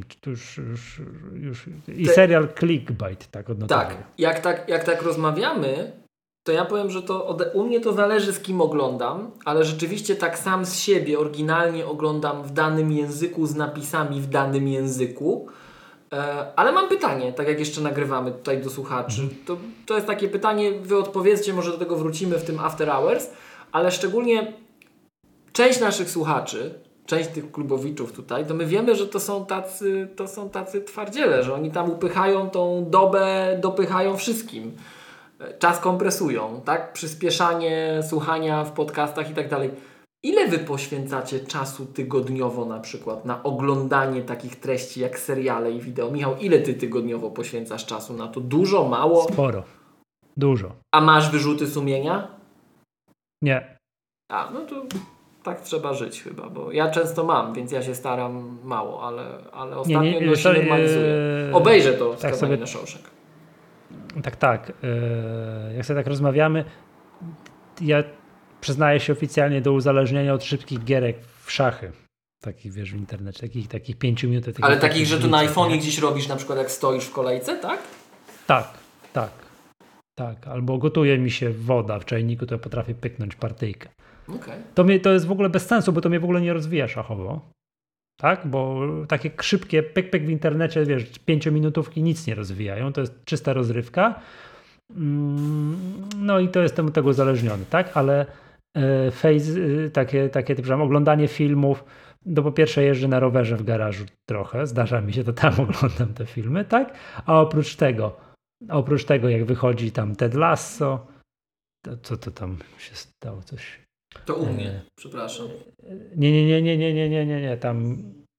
Już. I serial Clickbait tak odnotowuję. Tak, jak tak rozmawiamy, to ja powiem, że u mnie to zależy, z kim oglądam, ale rzeczywiście tak sam z siebie oryginalnie oglądam w danym języku z napisami w danym języku. Ale mam pytanie, tak jak jeszcze nagrywamy tutaj do słuchaczy. To jest takie pytanie, wy odpowiedzcie, może do tego wrócimy w tym After Hours, ale szczególnie część naszych słuchaczy, część tych klubowiczów tutaj, to my wiemy, że to są tacy twardziele, że oni tam upychają tą dobę, dopychają wszystkim. Czas kompresują, tak? Przyspieszanie słuchania w podcastach i tak dalej. Ile wy poświęcacie czasu tygodniowo na przykład na oglądanie takich treści jak seriale i wideo? Michał, ile ty tygodniowo poświęcasz czasu na to? Dużo, mało? Sporo. Dużo. A masz wyrzuty sumienia? Nie. No to tak trzeba żyć chyba, bo ja często mam, więc ja się staram mało, ale ostatnio się normalizuję. Obejrzę to tak Skazani na Shawshank. Tak. Jak sobie tak rozmawiamy, ja przyznaję się oficjalnie do uzależnienia od szybkich gierek w szachy. Takich, wiesz, w internecie, takich 5 minut. Ale takich, że tu na iPhone'ie gdzieś robisz, na przykład jak stoisz w kolejce, tak? Tak. Albo gotuje mi się woda w czajniku, to ja potrafię pyknąć partyjkę. Okay. To jest w ogóle bez sensu, bo to mnie w ogóle nie rozwija szachowo. Tak? Bo takie szybkie pyk w internecie, wiesz, 5-minutówki nic nie rozwijają. To jest czysta rozrywka. No i to jestem od tego uzależniony, tak? Ale takie oglądanie filmów, po pierwsze jeżdżę na rowerze w garażu trochę, zdarza mi się, to tam oglądam te filmy, tak? A oprócz tego jak wychodzi tam Ted Lasso, co to tam się stało? Coś... To u mnie, przepraszam. Nie, tam...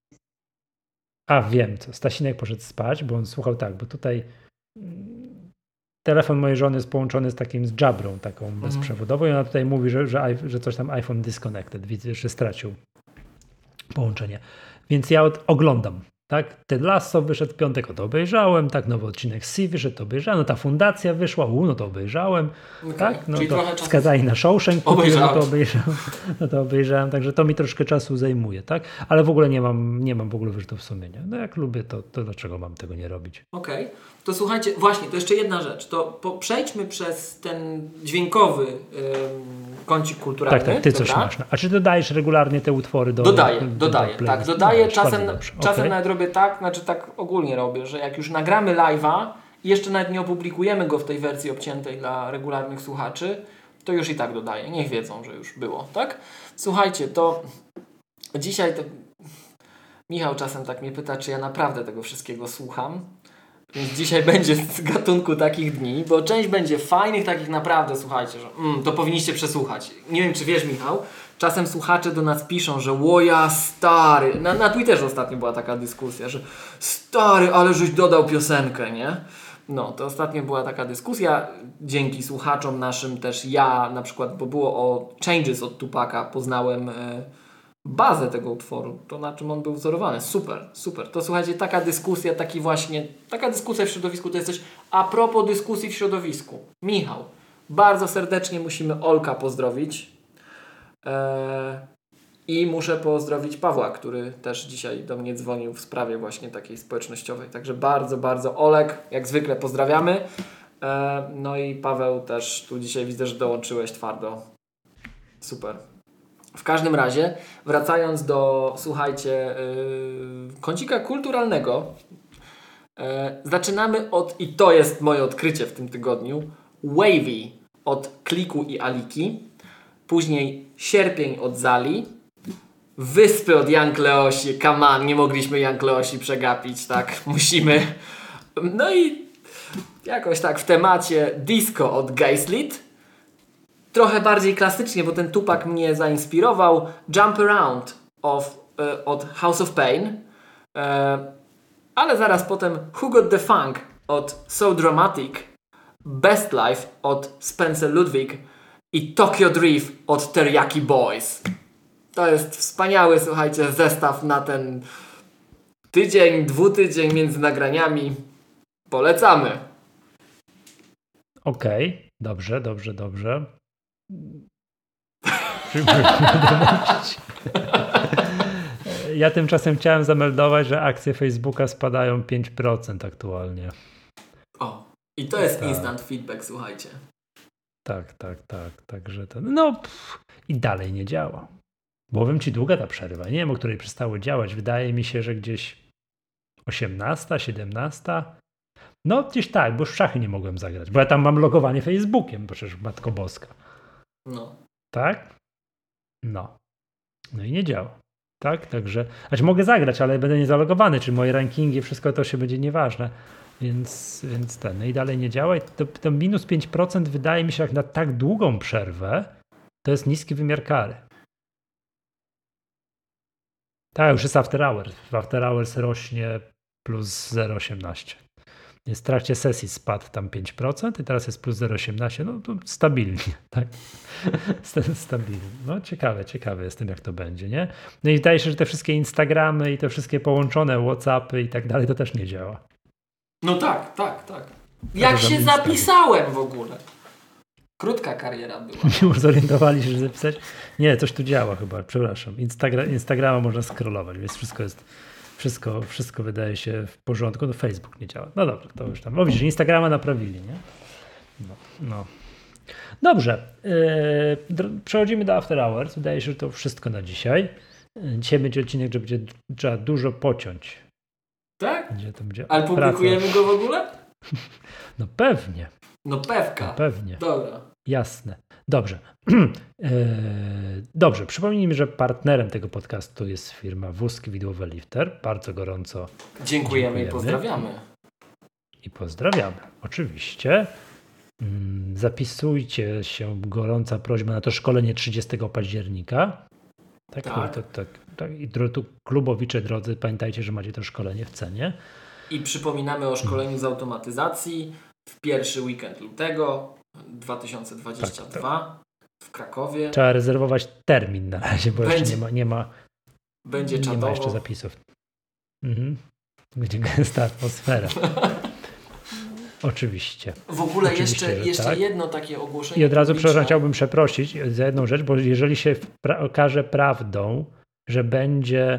wiem co, Stasinek poszedł spać, bo on słuchał bo tutaj telefon mojej żony jest połączony z takim, z Jabrą taką bezprzewodową i ona tutaj mówi, że coś tam iPhone disconnected, widzę, że stracił połączenie. Więc ja oglądam, tak? Ted Lasso wyszedł w piątek, to obejrzałem, tak? Nowy odcinek C wyszedł, to obejrzałem, no ta fundacja wyszła, no to obejrzałem, tak? No czyli to Skazani na Shawshank, to obejrzałem, także to mi troszkę czasu zajmuje, tak? Ale w ogóle nie mam w ogóle wyrzutów sumienia. No jak lubię, to dlaczego mam tego nie robić? Okej. To słuchajcie, właśnie, to jeszcze jedna rzecz, to przejdźmy przez ten dźwiękowy kącik kulturalny. Tak, ty coś masz. A czy dodajesz regularnie te utwory do Dodaję. No, czasem nawet robię tak, tak ogólnie robię, że jak już nagramy live'a i jeszcze nawet nie opublikujemy go w tej wersji obciętej dla regularnych słuchaczy, to już i tak dodaję. Niech wiedzą, że już było, tak? Słuchajcie, to dzisiaj Michał czasem tak mnie pyta, czy ja naprawdę tego wszystkiego słucham. Więc dzisiaj będzie z gatunku takich dni, bo część będzie fajnych, takich naprawdę, słuchajcie, że to powinniście przesłuchać. Nie wiem, czy wiesz, Michał, czasem słuchacze do nas piszą, że łoja stary, na Twitterze ostatnio była taka dyskusja, że stary, ale żeś dodał piosenkę, nie? No, to ostatnio była taka dyskusja, dzięki słuchaczom naszym też ja na przykład, bo było o Changes od Tupaca, poznałem bazę tego utworu, to na czym on był wzorowany. Super, super. To słuchajcie, taka dyskusja w środowisku to jest coś. A propos dyskusji w środowisku. Michał, bardzo serdecznie musimy Olka pozdrowić. I muszę pozdrowić Pawła, który też dzisiaj do mnie dzwonił w sprawie właśnie takiej społecznościowej. Także bardzo, bardzo Olek, jak zwykle pozdrawiamy. No i Paweł też tu dzisiaj widzę, że dołączyłeś twardo. Super. W każdym razie, wracając do, słuchajcie, kącika kulturalnego, zaczynamy od, i to jest moje odkrycie w tym tygodniu, Wavy od Kliku i Aliki, później Sierpień od Zali, Wyspy od Young Leosi, come on, nie mogliśmy Young Leosi przegapić, tak, musimy. No i jakoś tak w temacie disco od Geislit, trochę bardziej klasycznie, bo ten Tupac mnie zainspirował, Jump Around od House of Pain, ale zaraz potem Who Got The Funk od So Dramatic, Best Life od Spencer Ludwig i Tokyo Drift od Teriyaki Boys. To jest wspaniały, słuchajcie, zestaw na ten tydzień, 2 tydzień między nagraniami. Polecamy. Okej, dobrze. Ja tymczasem chciałem zameldować, że akcje Facebooka spadają 5% aktualnie. O, i to jest instant feedback, słuchajcie. Tak. Także to. No i dalej nie działa. Powiem ci, długa ta przerwa. Nie wiem, o której przestało działać. Wydaje mi się, że gdzieś 18, 17. No gdzieś tak, bo już w szachy nie mogłem zagrać. Bo ja tam mam logowanie Facebookiem, bo przecież Matko Boska. No. Tak? No i nie działa. Tak? Także, znaczy mogę zagrać, ale będę niezalogowany, czy moje rankingi, wszystko to się będzie nieważne. Więc no i dalej nie działa. I to minus 5% wydaje mi się, jak na tak długą przerwę, to jest niski wymiar kary. Tak, już jest After Hours. W After Hours rośnie plus 0,18. W trakcie sesji spadł tam 5% i teraz jest plus 0,18. No to stabilnie, tak? Stabilnie. No ciekawe jestem, jak to będzie, nie? No i wydaje się, że te wszystkie Instagramy i te wszystkie połączone WhatsAppy i tak dalej, to też nie działa. No tak. Jak się zapisałem w ogóle? Krótka kariera była. Już zorientowali się, że zapisać? Nie, coś tu działa chyba, przepraszam. Instagrama można scrollować, więc wszystko wydaje się w porządku. No Facebook nie działa. No dobra, to już tam. O, widzisz, Instagrama naprawili, nie? No. Dobrze. Przechodzimy do After Hours. Wydaje się, że to wszystko na dzisiaj. Dzisiaj będzie odcinek, że będzie trzeba dużo pociąć. Tak? Będzie ale publikujemy go w ogóle? No pewnie. No pewka. No pewnie. Dobra. Jasne. Dobrze. Dobrze. Przypomnijmy, że partnerem tego podcastu jest firma Wózki Widłowe Lifter. Bardzo gorąco dziękujemy i pozdrawiamy. I pozdrawiamy. Oczywiście. Zapisujcie się, gorąca prośba na to szkolenie 30 października. Tak. I tu klubowicze drodzy, pamiętajcie, że macie to szkolenie w cenie. I przypominamy o szkoleniu z automatyzacji w pierwszy weekend lutego 2022 w Krakowie. Trzeba rezerwować termin na razie, bo jeszcze nie ma jeszcze zapisów. Będzie gęsta atmosfera. Oczywiście. W ogóle jeszcze jedno takie ogłoszenie. I od razu chciałbym przeprosić za jedną rzecz, bo jeżeli się okaże prawdą, że będzie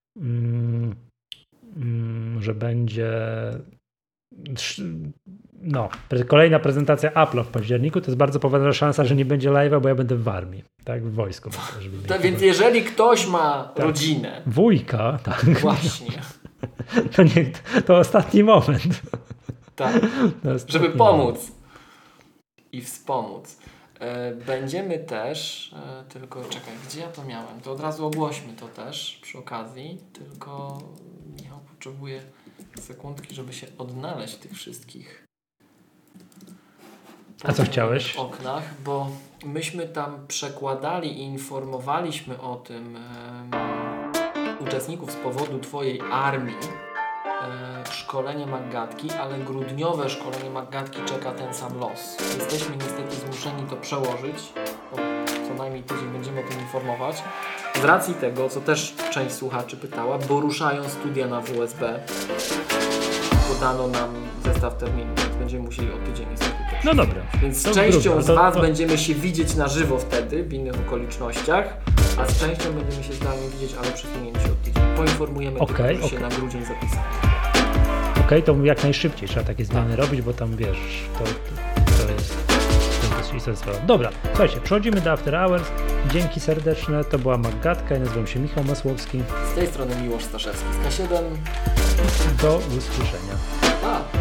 kolejna prezentacja Apple'a w październiku, to jest bardzo poważna szansa, że nie będzie live'a, bo ja będę w armii, tak, w wojsku. Więc jeżeli ktoś ma rodzinę. Wujka, tak. Właśnie. To ostatni moment. Tak, żeby pomóc i wspomóc. Będziemy też, tylko czekaj, gdzie ja to miałem? To od razu ogłośmy to też przy okazji, tylko Michał potrzebuje sekundki, żeby się odnaleźć w tych wszystkich. A co chciałeś? W oknach, bo myśmy tam przekładali i informowaliśmy o tym uczestników z powodu Twojej armii szkolenie Maggatki, ale grudniowe szkolenie Maggatki czeka ten sam los. Jesteśmy niestety zmuszeni to przełożyć, bo co najmniej tydzień będziemy o tym informować. Z racji tego, co też część słuchaczy pytała, bo ruszają studia na WSB, podano nam zestaw terminów, więc będziemy musieli o tydzień niestety. No dobra. Więc z częścią z Was będziemy się widzieć na żywo wtedy, w innych okolicznościach, a z częścią będziemy się zdalnie widzieć, ale przesunięci od tydzień. Poinformujemy tych, którzy się na grudzień zapisali. Okej, to jak najszybciej trzeba takie zmiany robić, bo tam wiesz, to jest sprawa. Dobra, słuchajcie, przechodzimy do After Hours. Dzięki serdeczne, to była Maggatka, ja nazywam się Michał Masłowski. Z tej strony Miłosz Staszewski z K7. Do usłyszenia. Pa!